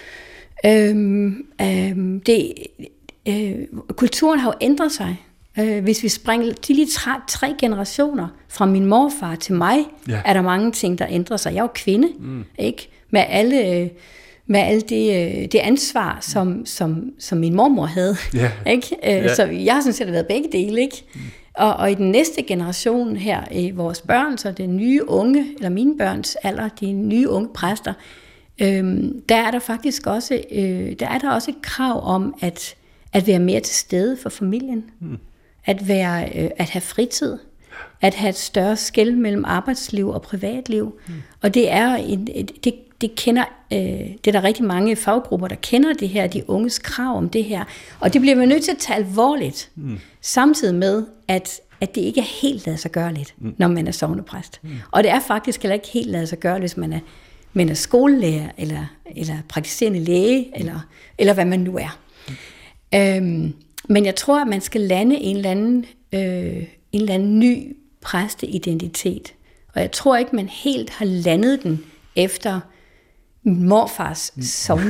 Øhm, øhm, det, øh, kulturen har jo ændret sig. Øh, hvis vi springer de lige tre, tre generationer, fra min morfar til mig, ja. Er der mange ting, der ændrer sig. Jeg er jo kvinde, mm. ikke? Med alle... med alt det, det ansvar, som, som, som min mormor havde. Yeah. Ikke? Yeah. Så jeg har sådan set været begge dele. Ikke? Mm. Og, og i den næste generation her, i vores børn, så det nye unge, eller mine børns alder, de nye unge præster, øhm, der er der faktisk også, øh, der er der også et krav om at, at være mere til stede for familien. Mm. At, være, øh, at have fritid. At have et større skel mellem arbejdsliv og privatliv. Mm. Og det er en, det, det kender, øh, det er der rigtig mange faggrupper, der kender det her, de unges krav om det her. Og det bliver man nødt til at tage alvorligt, mm. samtidig med, at, at det ikke er helt ladet sig gørligt, mm. når man er sognepræst. Mm. Og det er faktisk heller ikke helt ladet sig gørligt, hvis man er, man er skolelærer, eller, eller praktiserende læge, mm. eller, eller hvad man nu er. Mm. Øhm, men jeg tror, at man skal lande en eller anden, øh, en eller anden ny præsteidentitet. Og jeg tror ikke, man helt har landet den efter min morfars sogne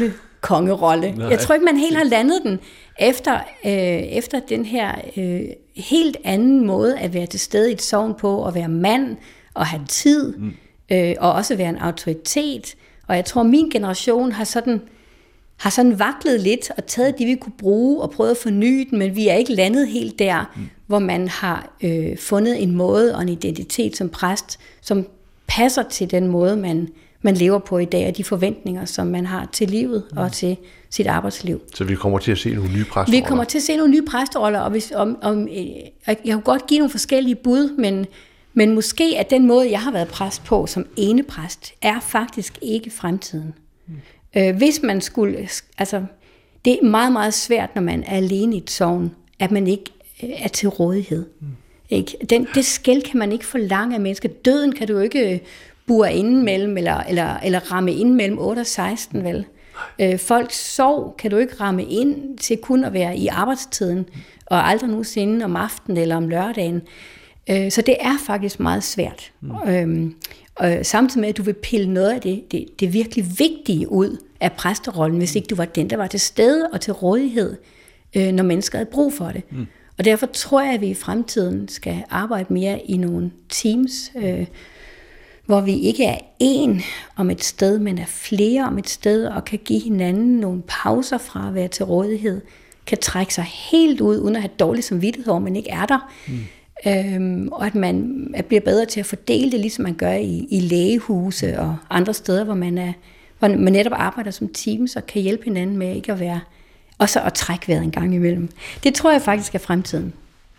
kongerolle. Nej. Jeg tror ikke, man helt har landet den efter, øh, efter den her øh, helt anden måde at være til stede i et sogn på, at være mand og have tid, mm. øh, og også være en autoritet. Og jeg tror, min generation har sådan, har sådan vaklet lidt og taget det, vi kunne bruge og prøvet at forny den, men vi er ikke landet helt der, mm. hvor man har øh, fundet en måde og en identitet som præst, som passer til den måde, man, man lever på i dag, og de forventninger, som man har til livet mm. og til sit arbejdsliv. Så vi kommer til at se nogle nye præsteroller? Vi kommer til at se nogle nye præsteroller, og hvis, om, om, jeg kan godt give nogle forskellige bud, men, men måske at den måde, jeg har været præst på som ene præst, er faktisk ikke fremtiden. Mm. Øh, hvis man skulle, altså, det er meget, meget svært, når man er alene i et sogn, at man ikke er til rådighed. Mm. Ikke? Den, det skel kan man ikke forlange af mennesker. Døden kan du ikke bure inden mellem, eller, eller, eller ramme ind mellem otte og seksten, vel? Øh, folks sorg kan du ikke ramme ind til kun at være i arbejdstiden, og aldrig nogensinde om aftenen eller om lørdagen. Øh, så det er faktisk meget svært. Mm. Øhm, og samtidig med, at du vil pille noget af det, det, det virkelig vigtige ud af præsterollen, hvis ikke du var den, der var til stede og til rådighed, øh, når mennesker havde brug for det. Mm. Og derfor tror jeg, at vi i fremtiden skal arbejde mere i nogle teams, øh, hvor vi ikke er én om et sted, men er flere om et sted, og kan give hinanden nogle pauser fra at være til rådighed, kan trække sig helt ud, uden at have dårlig samvittighed over, man ikke er der. Mm. Øhm, og at man bliver bedre til at fordele det, ligesom man gør i, i lægehuse og andre steder, hvor man, er, hvor man netop arbejder som teams og kan hjælpe hinanden med ikke at være, og så at trække vejret en gang imellem. Det tror jeg faktisk er fremtiden.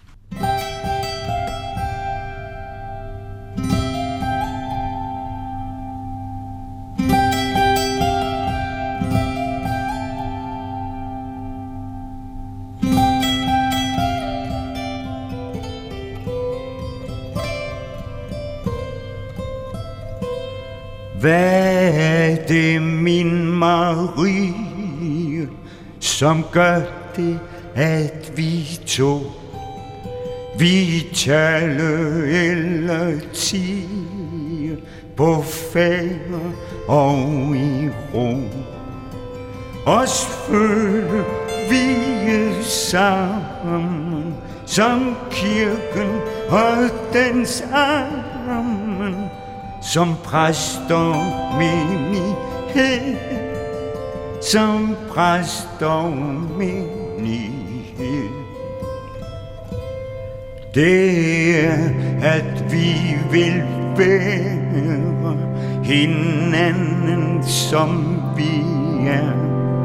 Hvad er det, min Marie, som gør det, at vi to, vi taler eller tiger på færd og i ro, os føler vi sammen, som kirken og dens armen, som præst og menighed, som præst og menighed. Det er, at vi vil være hinanden, som vi er.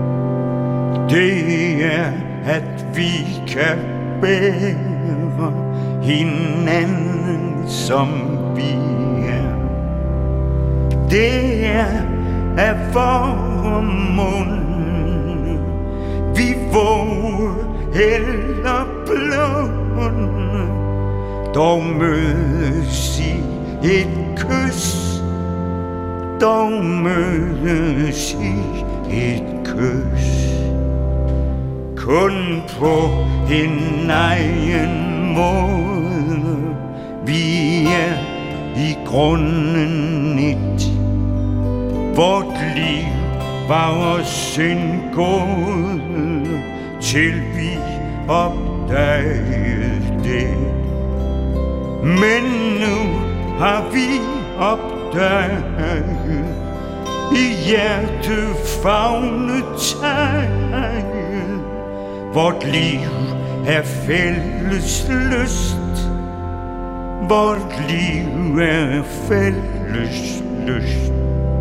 Det er, at vi kan bære hinanden, som vi er. Det er af vor mund, vi våger eller blåne, dog mødes i et kys, dog mødes i et kys. Kun på en egen måde, vi er i grunden et. Vort liv var os en gåde, til vi opdagede det. Men nu har vi opdaget i hjertet favnet tegn. Vort liv er fælles lyst, vort liv er fælles lyst.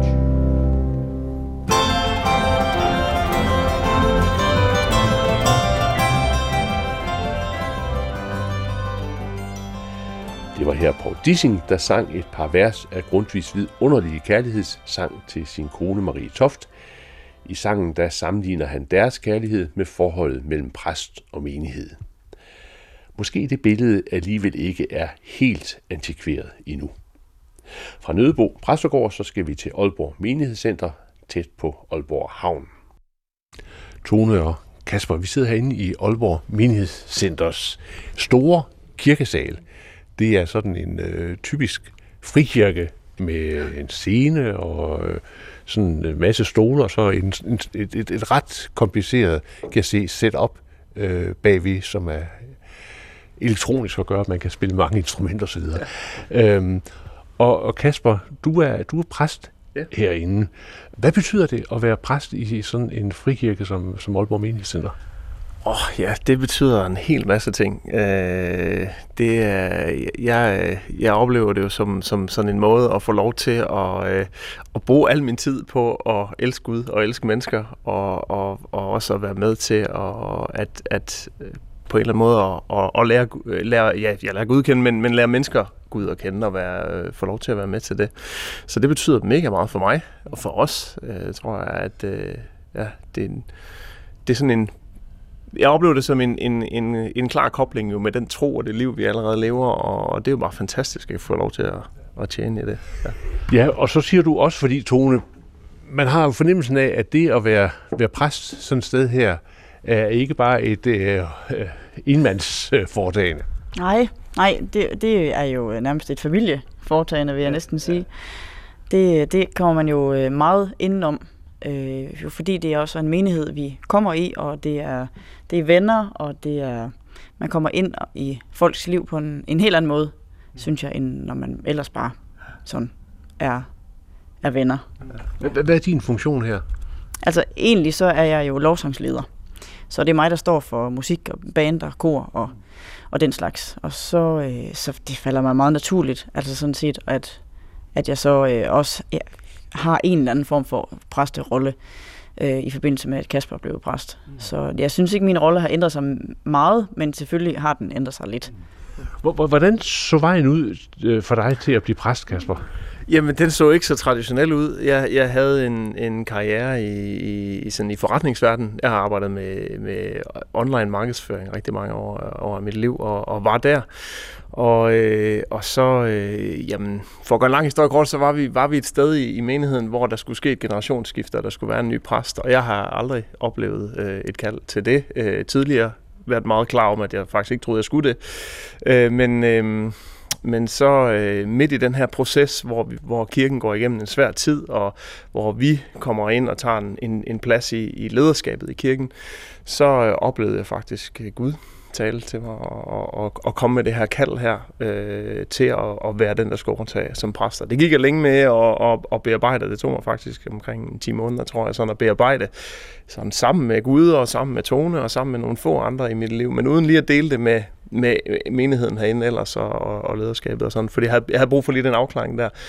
Det var her Poul Dissing, der sang et par vers af Grundtvigs vidunderlige kærlighedssang til sin kone Marie Toft. I sangen der sammenligner han deres kærlighed med forholdet mellem præst og menighed. Måske det billede alligevel ikke er helt antikveret endnu. Fra Nødebo Præstegård så skal vi til Aalborg Menighedscenter, tæt på Aalborg Havn. Tone og Kasper, vi sidder herinde i Aalborg Menighedscenters store kirkesal. Det er sådan en øh, typisk frikirke med en scene og øh, sådan en masse stole, og så en, en, et, et, et ret kompliceret, kan jeg se, setup øh, bagved, som er elektronisk og gør, at man kan spille mange instrumenter osv. Ja. Øhm, og, og Kasper, du er, du er præst ja. herinde. Hvad betyder det at være præst i sådan en frikirke som, som Aalborg Menighedscenter? Åh oh, ja, det betyder en hel masse ting. Øh, det er, jeg, jeg oplever det jo som, som sådan en måde at få lov til at, øh, at bruge al min tid på at elske Gud og elske mennesker, og, og, og også at være med til at, at, at på en eller anden måde at, at, at lære, lære, ja, jeg lærer Gud at kende, men, men lære mennesker Gud at kende og være, få lov til at være med til det. Så det betyder mega meget for mig og for os, øh, tror jeg, at øh, ja, det, er en, det er sådan en Jeg oplever det som en, en, en, en klar kobling jo med den tro og det liv, vi allerede lever, og det er jo bare fantastisk at få lov til at, at tjene i det. Ja. ja, og så siger du også, fordi Tone, man har jo fornemmelsen af, at det at være, være præst sådan et sted her, er ikke bare et øh, enmandsforetagende. Nej, nej det, det er jo nærmest et familieforetagende, vil jeg ja, næsten sige. Ja. Det, det kommer man jo meget indenom. Øh, jo fordi det er også en menighed, vi kommer i, og det er, det er venner, og det er, man kommer ind i folks liv på en, en helt anden måde, synes jeg, end når man ellers bare sådan er, er venner. Hvad, hvad er din funktion her? Altså egentlig så er jeg jo lovsangsleder, så det er mig, der står for musik og band og kor og, og den slags. Og så, øh, så det falder mig meget naturligt, altså sådan set, at, at jeg så øh, også ja, har en eller anden form for præsterolle øh, i forbindelse med, at Kasper blev præst. Mm. Så jeg synes ikke, min rolle har ændret sig meget, men selvfølgelig har den ændret sig lidt. Hvordan så vejen ud for dig til at blive præst, Kasper? Jamen, den så ikke så traditionel ud. Jeg, jeg havde en, en karriere i, i, sådan i forretningsverdenen. Jeg har arbejdet med, med online markedsføring rigtig mange år over mit liv, og, og var der. Og, øh, og så, øh, jamen, for at gøre en lang historie kort, så var vi, var vi et sted i, i menigheden, hvor der skulle ske et generationsskifte, og der skulle være en ny præst. Og jeg har aldrig oplevet øh, et kald til det øh, tidligere. Været meget klar om, at jeg faktisk ikke troede, jeg skulle det. Øh, men... Øh, Men så øh, midt i den her proces, hvor, vi, hvor kirken går igennem en svær tid, og hvor vi kommer ind og tager en, en, en plads i, i lederskabet i kirken, så øh, oplevede jeg faktisk Gud tale til mig og, og, og komme med det her kald her øh, til at, at være den, der skulle overtage som præster. Det gik jeg længe med at, at, at bearbejde. Det tog mig faktisk omkring ti måneder, tror jeg, sådan at bearbejde sådan sammen med Gud og sammen med Tone og sammen med nogle få andre i mit liv, men uden lige at dele det med med menigheden herinde ellers og, og lederskabet og sådan, fordi jeg havde, jeg havde brug for lige den afklaring der.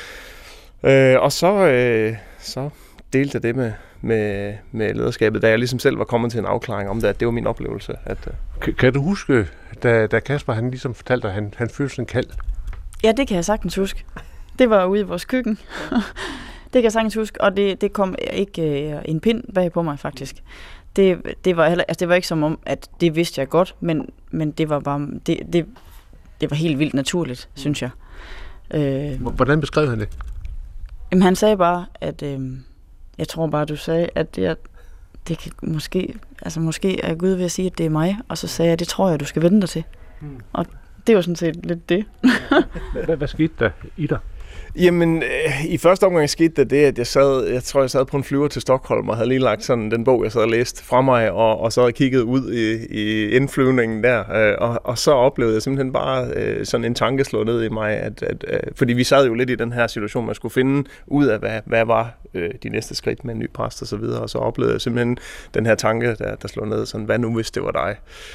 Øh, og så, øh, så delte jeg det med, med, med lederskabet, da jeg ligesom selv var kommet til en afklaring om det, at det var min oplevelse. At, øh. kan, kan du huske, da, da Kasper han ligesom fortalte dig, at han, han følte sådan en kald? Ja, det kan jeg sagtens huske. Det var ude i vores køkken. Det kan jeg sagtens huske, og det, det kom ikke øh, en pind bag på mig faktisk. Det, det, var heller, altså det var ikke som om, at det vidste jeg godt, men, men det var bare det, det, det var helt vildt naturligt, synes jeg. Øh, Hvordan beskrev han det? Jamen, han sagde bare, at øh, jeg tror bare, du sagde, at det, det kan måske, altså måske er Gud ved at sige, at det er mig, og så sagde jeg, det tror jeg, du skal vende dig til. Hmm. Og det var sådan set lidt det. hvad, hvad skete der i dig? Jamen, øh, i første omgang skete det det, at jeg sad, jeg tror, jeg sad på en flyver til Stockholm og havde lige lagt sådan den bog, jeg sad og læste fra mig, og, og så havde jeg kigget ud i, i indflyvningen der, øh, og, og så oplevede jeg simpelthen bare øh, sådan en tanke slå ned i mig, at, at, øh, fordi vi sad jo lidt i den her situation, man skulle finde ud af, hvad, hvad var øh, de næste skridt med en ny præst og så videre, og så oplevede jeg simpelthen den her tanke, der, der slog ned, sådan, hvad nu hvis det var dig?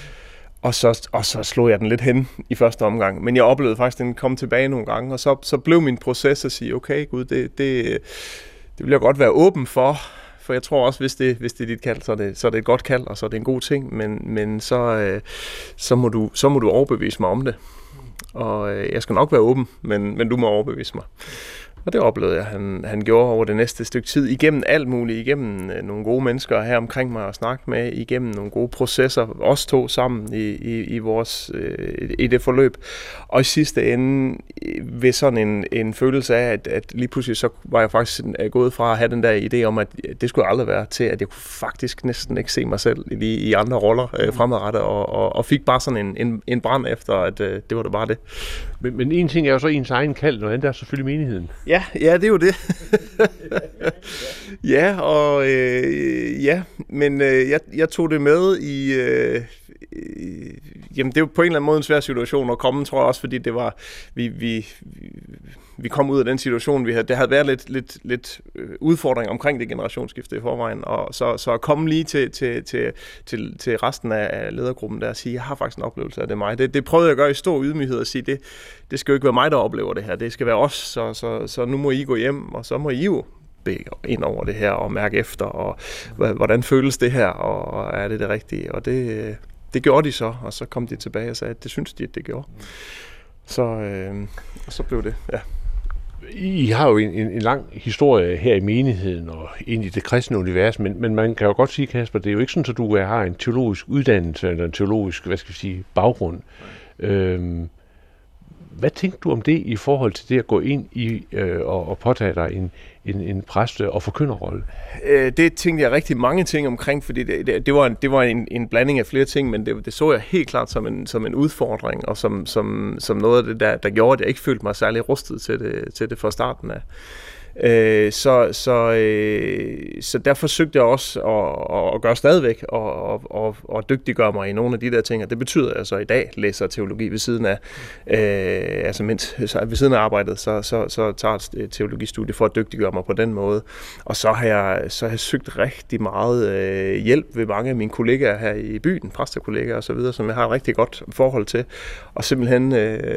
Og så, og så slog jeg den lidt hen i første omgang. Men jeg oplevede faktisk, at den kom tilbage nogle gange. Og så, så blev min proces at sige, okay Gud, det, det, det vil jeg godt være åben for. For jeg tror også, hvis det, hvis det er dit kald, så er det, så er det et godt kald, og så er det en god ting. Men, men så, så, må du, så må du overbevise mig om det. Og jeg skal nok være åben, men, men du må overbevise mig. Og det oplevede jeg, han, han gjorde over det næste stykke tid, igennem alt muligt, igennem øh, nogle gode mennesker her omkring mig at snakke med, igennem nogle gode processer, os to sammen i, i, i, vores, øh, i det forløb. Og i sidste ende ved sådan en, en følelse af, at, at lige pludselig så var jeg faktisk gået fra at have den der idé om, at det skulle aldrig være, til at jeg kunne faktisk næsten ikke se mig selv i, i andre roller øh, fremadrettet, og, og, og fik bare sådan en, en, en brand efter, at øh, det var det bare det. Men, men en ting er jo så ens egen kald, noget andet er selvfølgelig menigheden. Ja. Ja, ja, det er jo det. ja, og øh, ja, men øh, jeg, jeg tog det med i... Øh, øh, jamen, det er jo på en eller anden måde en svær situation at komme, tror jeg også, fordi det var... Vi, vi, vi kom ud af den situation, vi havde. Det havde været lidt, lidt, lidt udfordring omkring det generationsskifte i forvejen, og så, så at komme lige til, til, til, til, til resten af ledergruppen der og sige, jeg har faktisk en oplevelse af det mig. Det, det prøvede jeg at gøre i stor ydmyghed og sige, det, det skal jo ikke være mig, der oplever det her. Det skal være os, så, så, så nu må I gå hjem, og så må I jo ind over det her og mærke efter, og hvordan føles det her, og er det det rigtige? Og det, det gjorde de så, og så kom de tilbage og sagde, at det synes de, at det gjorde. Så, øh, og så blev det, ja. I har jo en, en, en lang historie her i menigheden og ind i det kristne univers, men, men man kan jo godt sige, Kasper, det er jo ikke sådan, at du har en teologisk uddannelse eller en teologisk, hvad skal vi sige, baggrund. Øhm, hvad tænker du om det i forhold til det at gå ind i øh, og, og påtage dig en, en, en præste- og forkynderrolle? Øh, det tænkte jeg rigtig mange ting omkring, fordi det, det, det var, en, det var en, en blanding af flere ting, men det, det så jeg helt klart som en, som en udfordring, og som, som, som noget af det, der, der gjorde, at jeg ikke følte mig særlig rustet til det, til det fra starten af. Øh, så, så, øh, så der forsøgte jeg også at, at gøre stadigvæk og, og, og dygtiggøre mig i nogle af de der ting, og det betyder, at jeg så i dag læser teologi ved siden af, øh, altså mens, så ved siden af arbejdet, så, så, så tager jeg et teologistudie for at dygtiggøre mig på den måde. Og så har jeg, så har jeg søgt rigtig meget øh, hjælp ved mange af mine kollegaer her i byen, præstekollegaer og så videre, som jeg har et rigtig godt forhold til, og simpelthen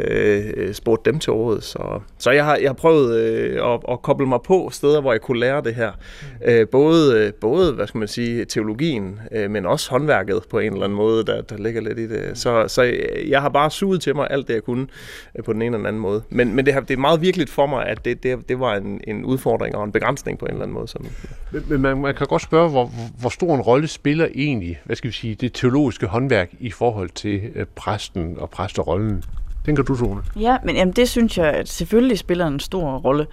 øh, spurgt dem til råd. Så, så jeg, har, jeg har prøvet øh, at, at koble mig på steder, hvor jeg kunne lære det her. Øh, både, både, hvad skal man sige, teologien, øh, men også håndværket på en eller anden måde, der, der ligger lidt i det. Så, så jeg har bare suget til mig alt det, jeg kunne øh, på den ene eller anden måde. Men, men det, har, det er meget virkeligt for mig, at det, det, det var en, en udfordring og en begrænsning på en eller anden måde. Som, men men man, man kan godt spørge, hvor, hvor stor en rolle spiller egentlig, hvad skal vi sige, det teologiske håndværk i forhold til øh, præsten og præsterollen? Tænker du, Tone? Ja, men jamen, det synes jeg at selvfølgelig spiller en stor rolle.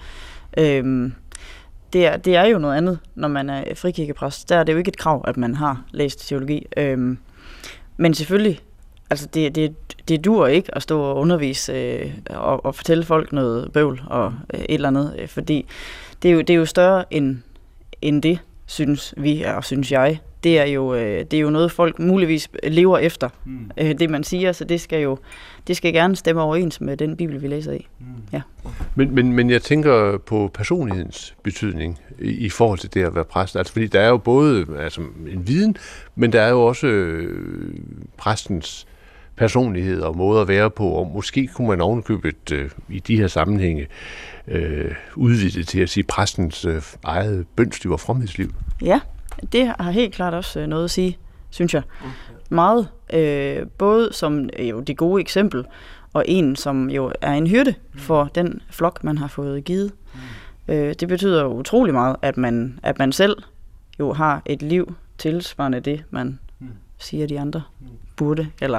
Øhm, det, er, det er jo noget andet, når man er frikirkepræst. Der er det jo ikke et krav, at man har læst teologi. Øhm, men selvfølgelig, altså det, det, det duer ikke at stå og undervise øh, og, og fortælle folk noget bøvl og øh, et eller andet, øh, fordi det er, jo, det er jo større end, end det, synes vi og synes jeg. Det er jo, øh, det er jo noget, folk muligvis lever efter, mm. øh, det man siger, så det skal jo det skal gerne stemme overens med den bibel, vi læser i. Mm. Ja. Men, men, men jeg tænker på personlighedens betydning i, i forhold til det at være præst. Altså, fordi der er jo både altså, en viden, men der er jo også øh, præstens personlighed og måde at være på, og måske kunne man ovenkøbet øh, i de her sammenhænge øh, udvide det til at sige præstens øh, eget bønsliv og fromhedsliv. Ja, det har helt klart også noget at sige, synes jeg. Meget. Øh, både som øh, jo det gode eksempel, og en, som jo er en hyrde for den flok, man har fået givet. Mm. Øh, det betyder jo utrolig meget, at man, at man selv jo har et liv tilsvarende det, man mm. siger, de andre mm. burde, eller,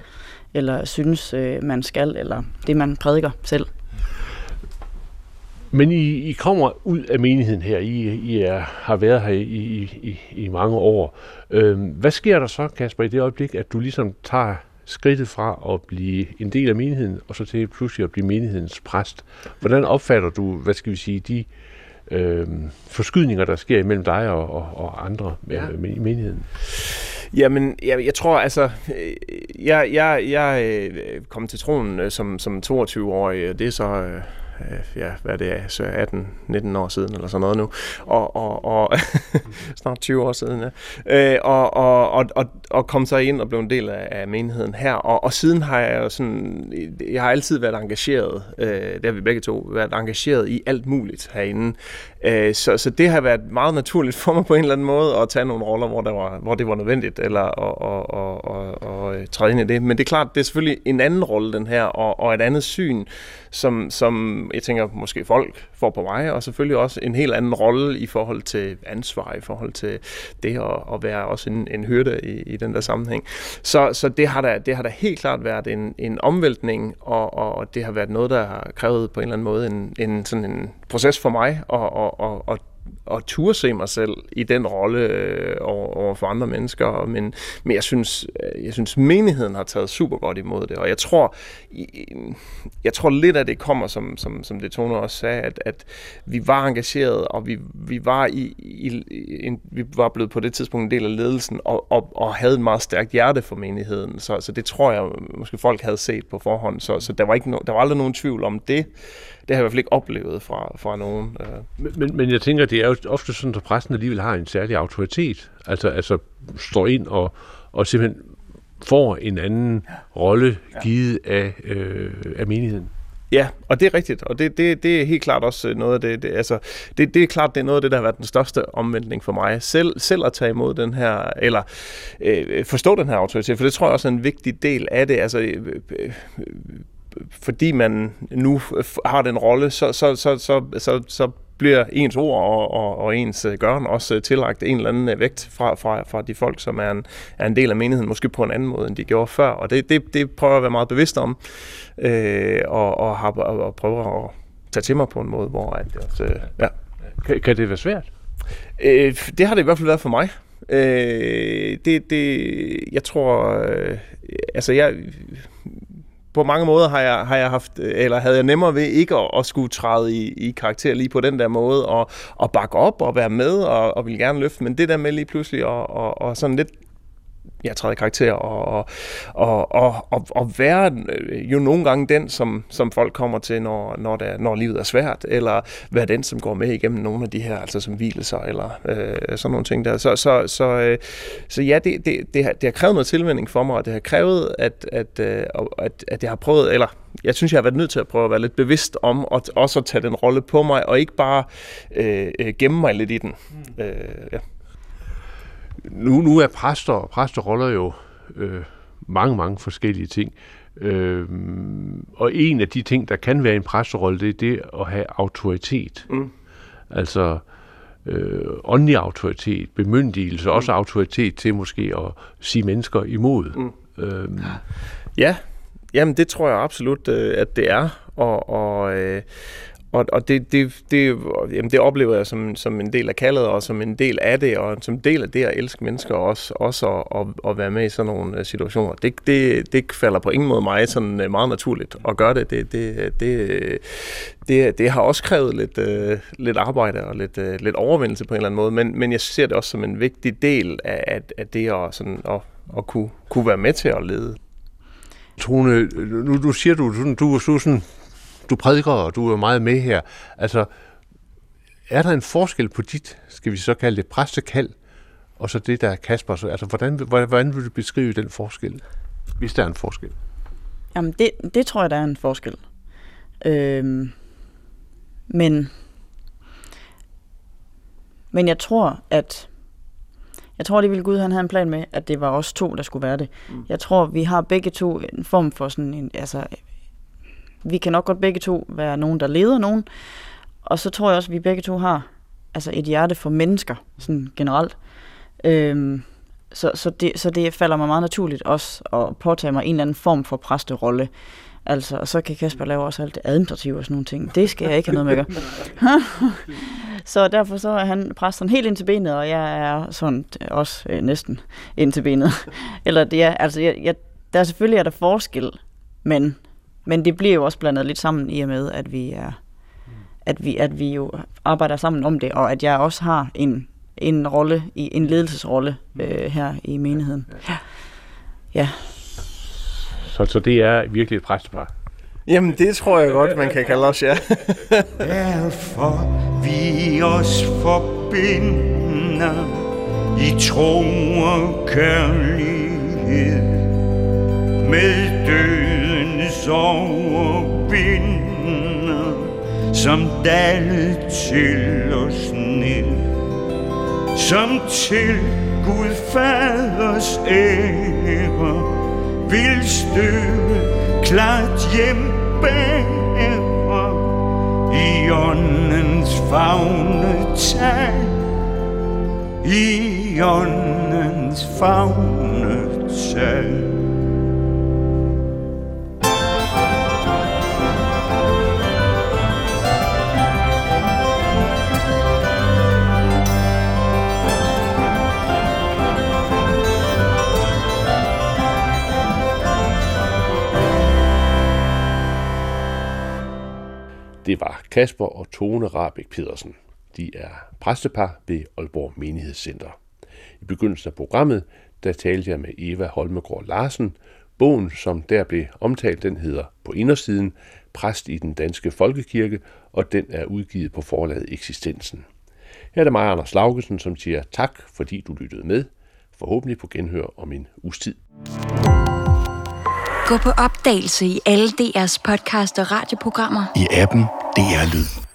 eller synes, øh, man skal, eller det, man prædiker selv. Men I, I kommer ud af menigheden her, I, I er, har været her i, i, i mange år. Øhm, hvad sker der så, Kasper, i det øjeblik, at du ligesom tager skridtet fra at blive en del af menigheden, og så til pludselig at blive menighedens præst? Hvordan opfatter du, hvad skal vi sige, de øhm, forskydninger, der sker imellem dig og, og, og andre ja. i menigheden? Jamen, jeg, jeg tror, altså, jeg, jeg, jeg kom til troen som, som toogtyve-årig, det er så... ja, hvad det er, så atten nitten år siden, eller sådan noget nu, og, og, og snart tyve år siden, ja. Øh, og, og, og, og, og kom så ind og blev en del af, af menigheden her, og, og siden har jeg jo sådan, jeg har altid været engageret, øh, det har vi begge to, været engageret i alt muligt herinde, øh, så, så det har været meget naturligt for mig på en eller anden måde, at tage nogle roller, hvor, der var, hvor det var nødvendigt, eller at og, og, og, og, træde ind i det, men det er klart, det er selvfølgelig en anden rolle, den her, og, og et andet syn, som, som jeg tænker, måske folk får på mig, og selvfølgelig også en helt anden rolle i forhold til ansvar, i forhold til det at, at være også en, en hyrde i, i den der sammenhæng. Så, så det, har da, det har da helt klart været en, en omvæltning, og, og det har været noget, der har krævet på en eller anden måde en, en, sådan en proces for mig, og, og, og, og at turde se mig selv i den rolle øh, over, over for andre mennesker, men, men jeg synes, jeg synes menigheden har taget super godt imod det, og jeg tror, jeg tror lidt at det kommer, som, som, som det Tone også sagde, at, at vi var engageret, og vi, vi var i, i en, vi var blevet på det tidspunkt en del af ledelsen, og, og, og havde en meget stærkt hjerte for menigheden, så, så det tror jeg måske folk havde set på forhånd, så, så der var ikke no, der var aldrig nogen tvivl om det. Det har jeg i hvert fald ikke oplevet fra, fra nogen. Men, men, men jeg tænker, det er jo ofte sådan, at præsten alligevel har en særlig autoritet. Altså, altså står ind og, og simpelthen får en anden rolle givet af, øh, af menigheden. Ja, og det er rigtigt, og det, det, det er helt klart også noget af det, det, altså, det, det er klart, det er noget af det, der har været den største omvæltning for mig. Selv, selv at tage imod den her, eller øh, forstå den her autoritet, for det tror jeg også er en vigtig del af det, altså øh, øh, fordi man nu har den rolle, så, så, så, så, så, så bliver ens ord og, og, og ens gøren også tillagt en eller anden vægt fra, fra, fra de folk, som er en, er en del af menigheden, måske på en anden måde, end de gjorde før. Og det, det, det prøver jeg at være meget bevidst om, øh, og, og, har, og prøver at tage til mig på en måde, hvor at, at, ja. Kan, kan det være svært? Øh, det har det i hvert fald været for mig. Øh, det, det, jeg tror, øh, altså jeg... På mange måder har jeg, har jeg haft, eller havde jeg nemmere ved ikke at, at skulle træde i, i karakter lige på den der måde, og, og bakke op og være med, og, og ville gerne løfte, men det der med lige pludselig, og, og, og sådan lidt, ja, træde i karakter, og, og, og, og, og være jo nogle gange den, som, som folk kommer til, når, når, der, når livet er svært, eller være den, som går med igennem nogle af de her, altså som hvileser, eller øh, sådan nogle ting der. Så, så, så, øh, så ja, det, det, det, har, det har krævet noget tilvænning for mig, og det har krævet, at, at, at, at jeg har prøvet, eller jeg synes, jeg har været nødt til at prøve at være lidt bevidst om, og også at tage den rolle på mig, og ikke bare øh, gemme mig lidt i den. Mm. Øh, ja. Nu, nu er præster og præsteroller jo øh, mange, mange forskellige ting. Øh, og en af de ting, der kan være en præsterolle, det er det at have autoritet. Mm. Altså øh, åndelig autoritet, bemyndigelse, mm. også autoritet til måske at sige mennesker imod. Mm. Øh, ja, jamen det tror jeg absolut, at det er. Og... og øh Og, og det, det, det, jamen det oplever jeg som, som en del af kaldet, og som en del af det, og som en del af det at elske mennesker, også, også at, at, at være med i sådan nogle situationer. Det, det, det falder på ingen måde mig sådan meget naturligt at gøre det. Det, det, det, det, det har også krævet lidt, lidt arbejde og lidt, lidt overvindelse på en eller anden måde, men, men jeg ser det også som en vigtig del af, af det at, sådan, at, at kunne, kunne være med til at lede. Tone, nu, nu siger du, du, du, du sådan... Du prædiker, og du er meget med her. Altså, er der en forskel på dit, skal vi så kalde det, præstekald, og så det, der er Kasper? Altså, hvordan, hvordan vil du beskrive den forskel, hvis der er en forskel? Jamen, det, det tror jeg, der er en forskel. Øhm, men, men jeg tror, at jeg tror, det ville Gud, han havde en plan med, at det var os to, der skulle være det. Mm. Jeg tror, vi har begge to en form for sådan en, altså, vi kan nok godt begge to være nogen, der leder nogen, og så tror jeg også, at vi begge to har altså et hjerte for mennesker, sådan generelt. Øhm, så, så, det, så det falder mig meget naturligt også at påtage mig en eller anden form for præsterolle. Altså, og så kan Kasper lave også alt det administrative og sådan nogle ting. Det skal jeg ikke have noget med at gøre. Så derfor så er han præsten helt ind til benet, og jeg er sådan også øh, næsten ind til benet. Eller det er, altså, jeg, jeg, der er selvfølgelig er der forskel, men Men det bliver jo også blandet lidt sammen i og med, at vi er, at vi, at vi jo arbejder sammen om det, og at jeg også har en, en rolle, en ledelsesrolle øh, her i menigheden. Ja. Ja. Så, så det er virkelig et præstepar? Jamen, det tror jeg godt, man kan kalde os, ja. Derfor vi os forbinder i tro og kærlighed med dødens overvinder, som dalede til os ned, som til Gud Faders ære vil støve klart hjem bære i åndens favne tag, i åndens favne tag. Kasper og Tone Rahbek Pedersen. De er præstepar ved Aalborg Menighedscenter. I begyndelsen af programmet, der talte jeg med Eva Holmegård Larsen. Bogen, som der blev omtalt, den hedder På indersiden, Præst i den danske folkekirke, og den er udgivet på forlaget Eksistensen. Her er det mig, Anders Laugesen, som siger tak, fordi du lyttede med. Forhåbentlig på genhør om en uges tid. Gå på opdagelse i alle D R's podcast og radioprogrammer. I appen D R Lyd.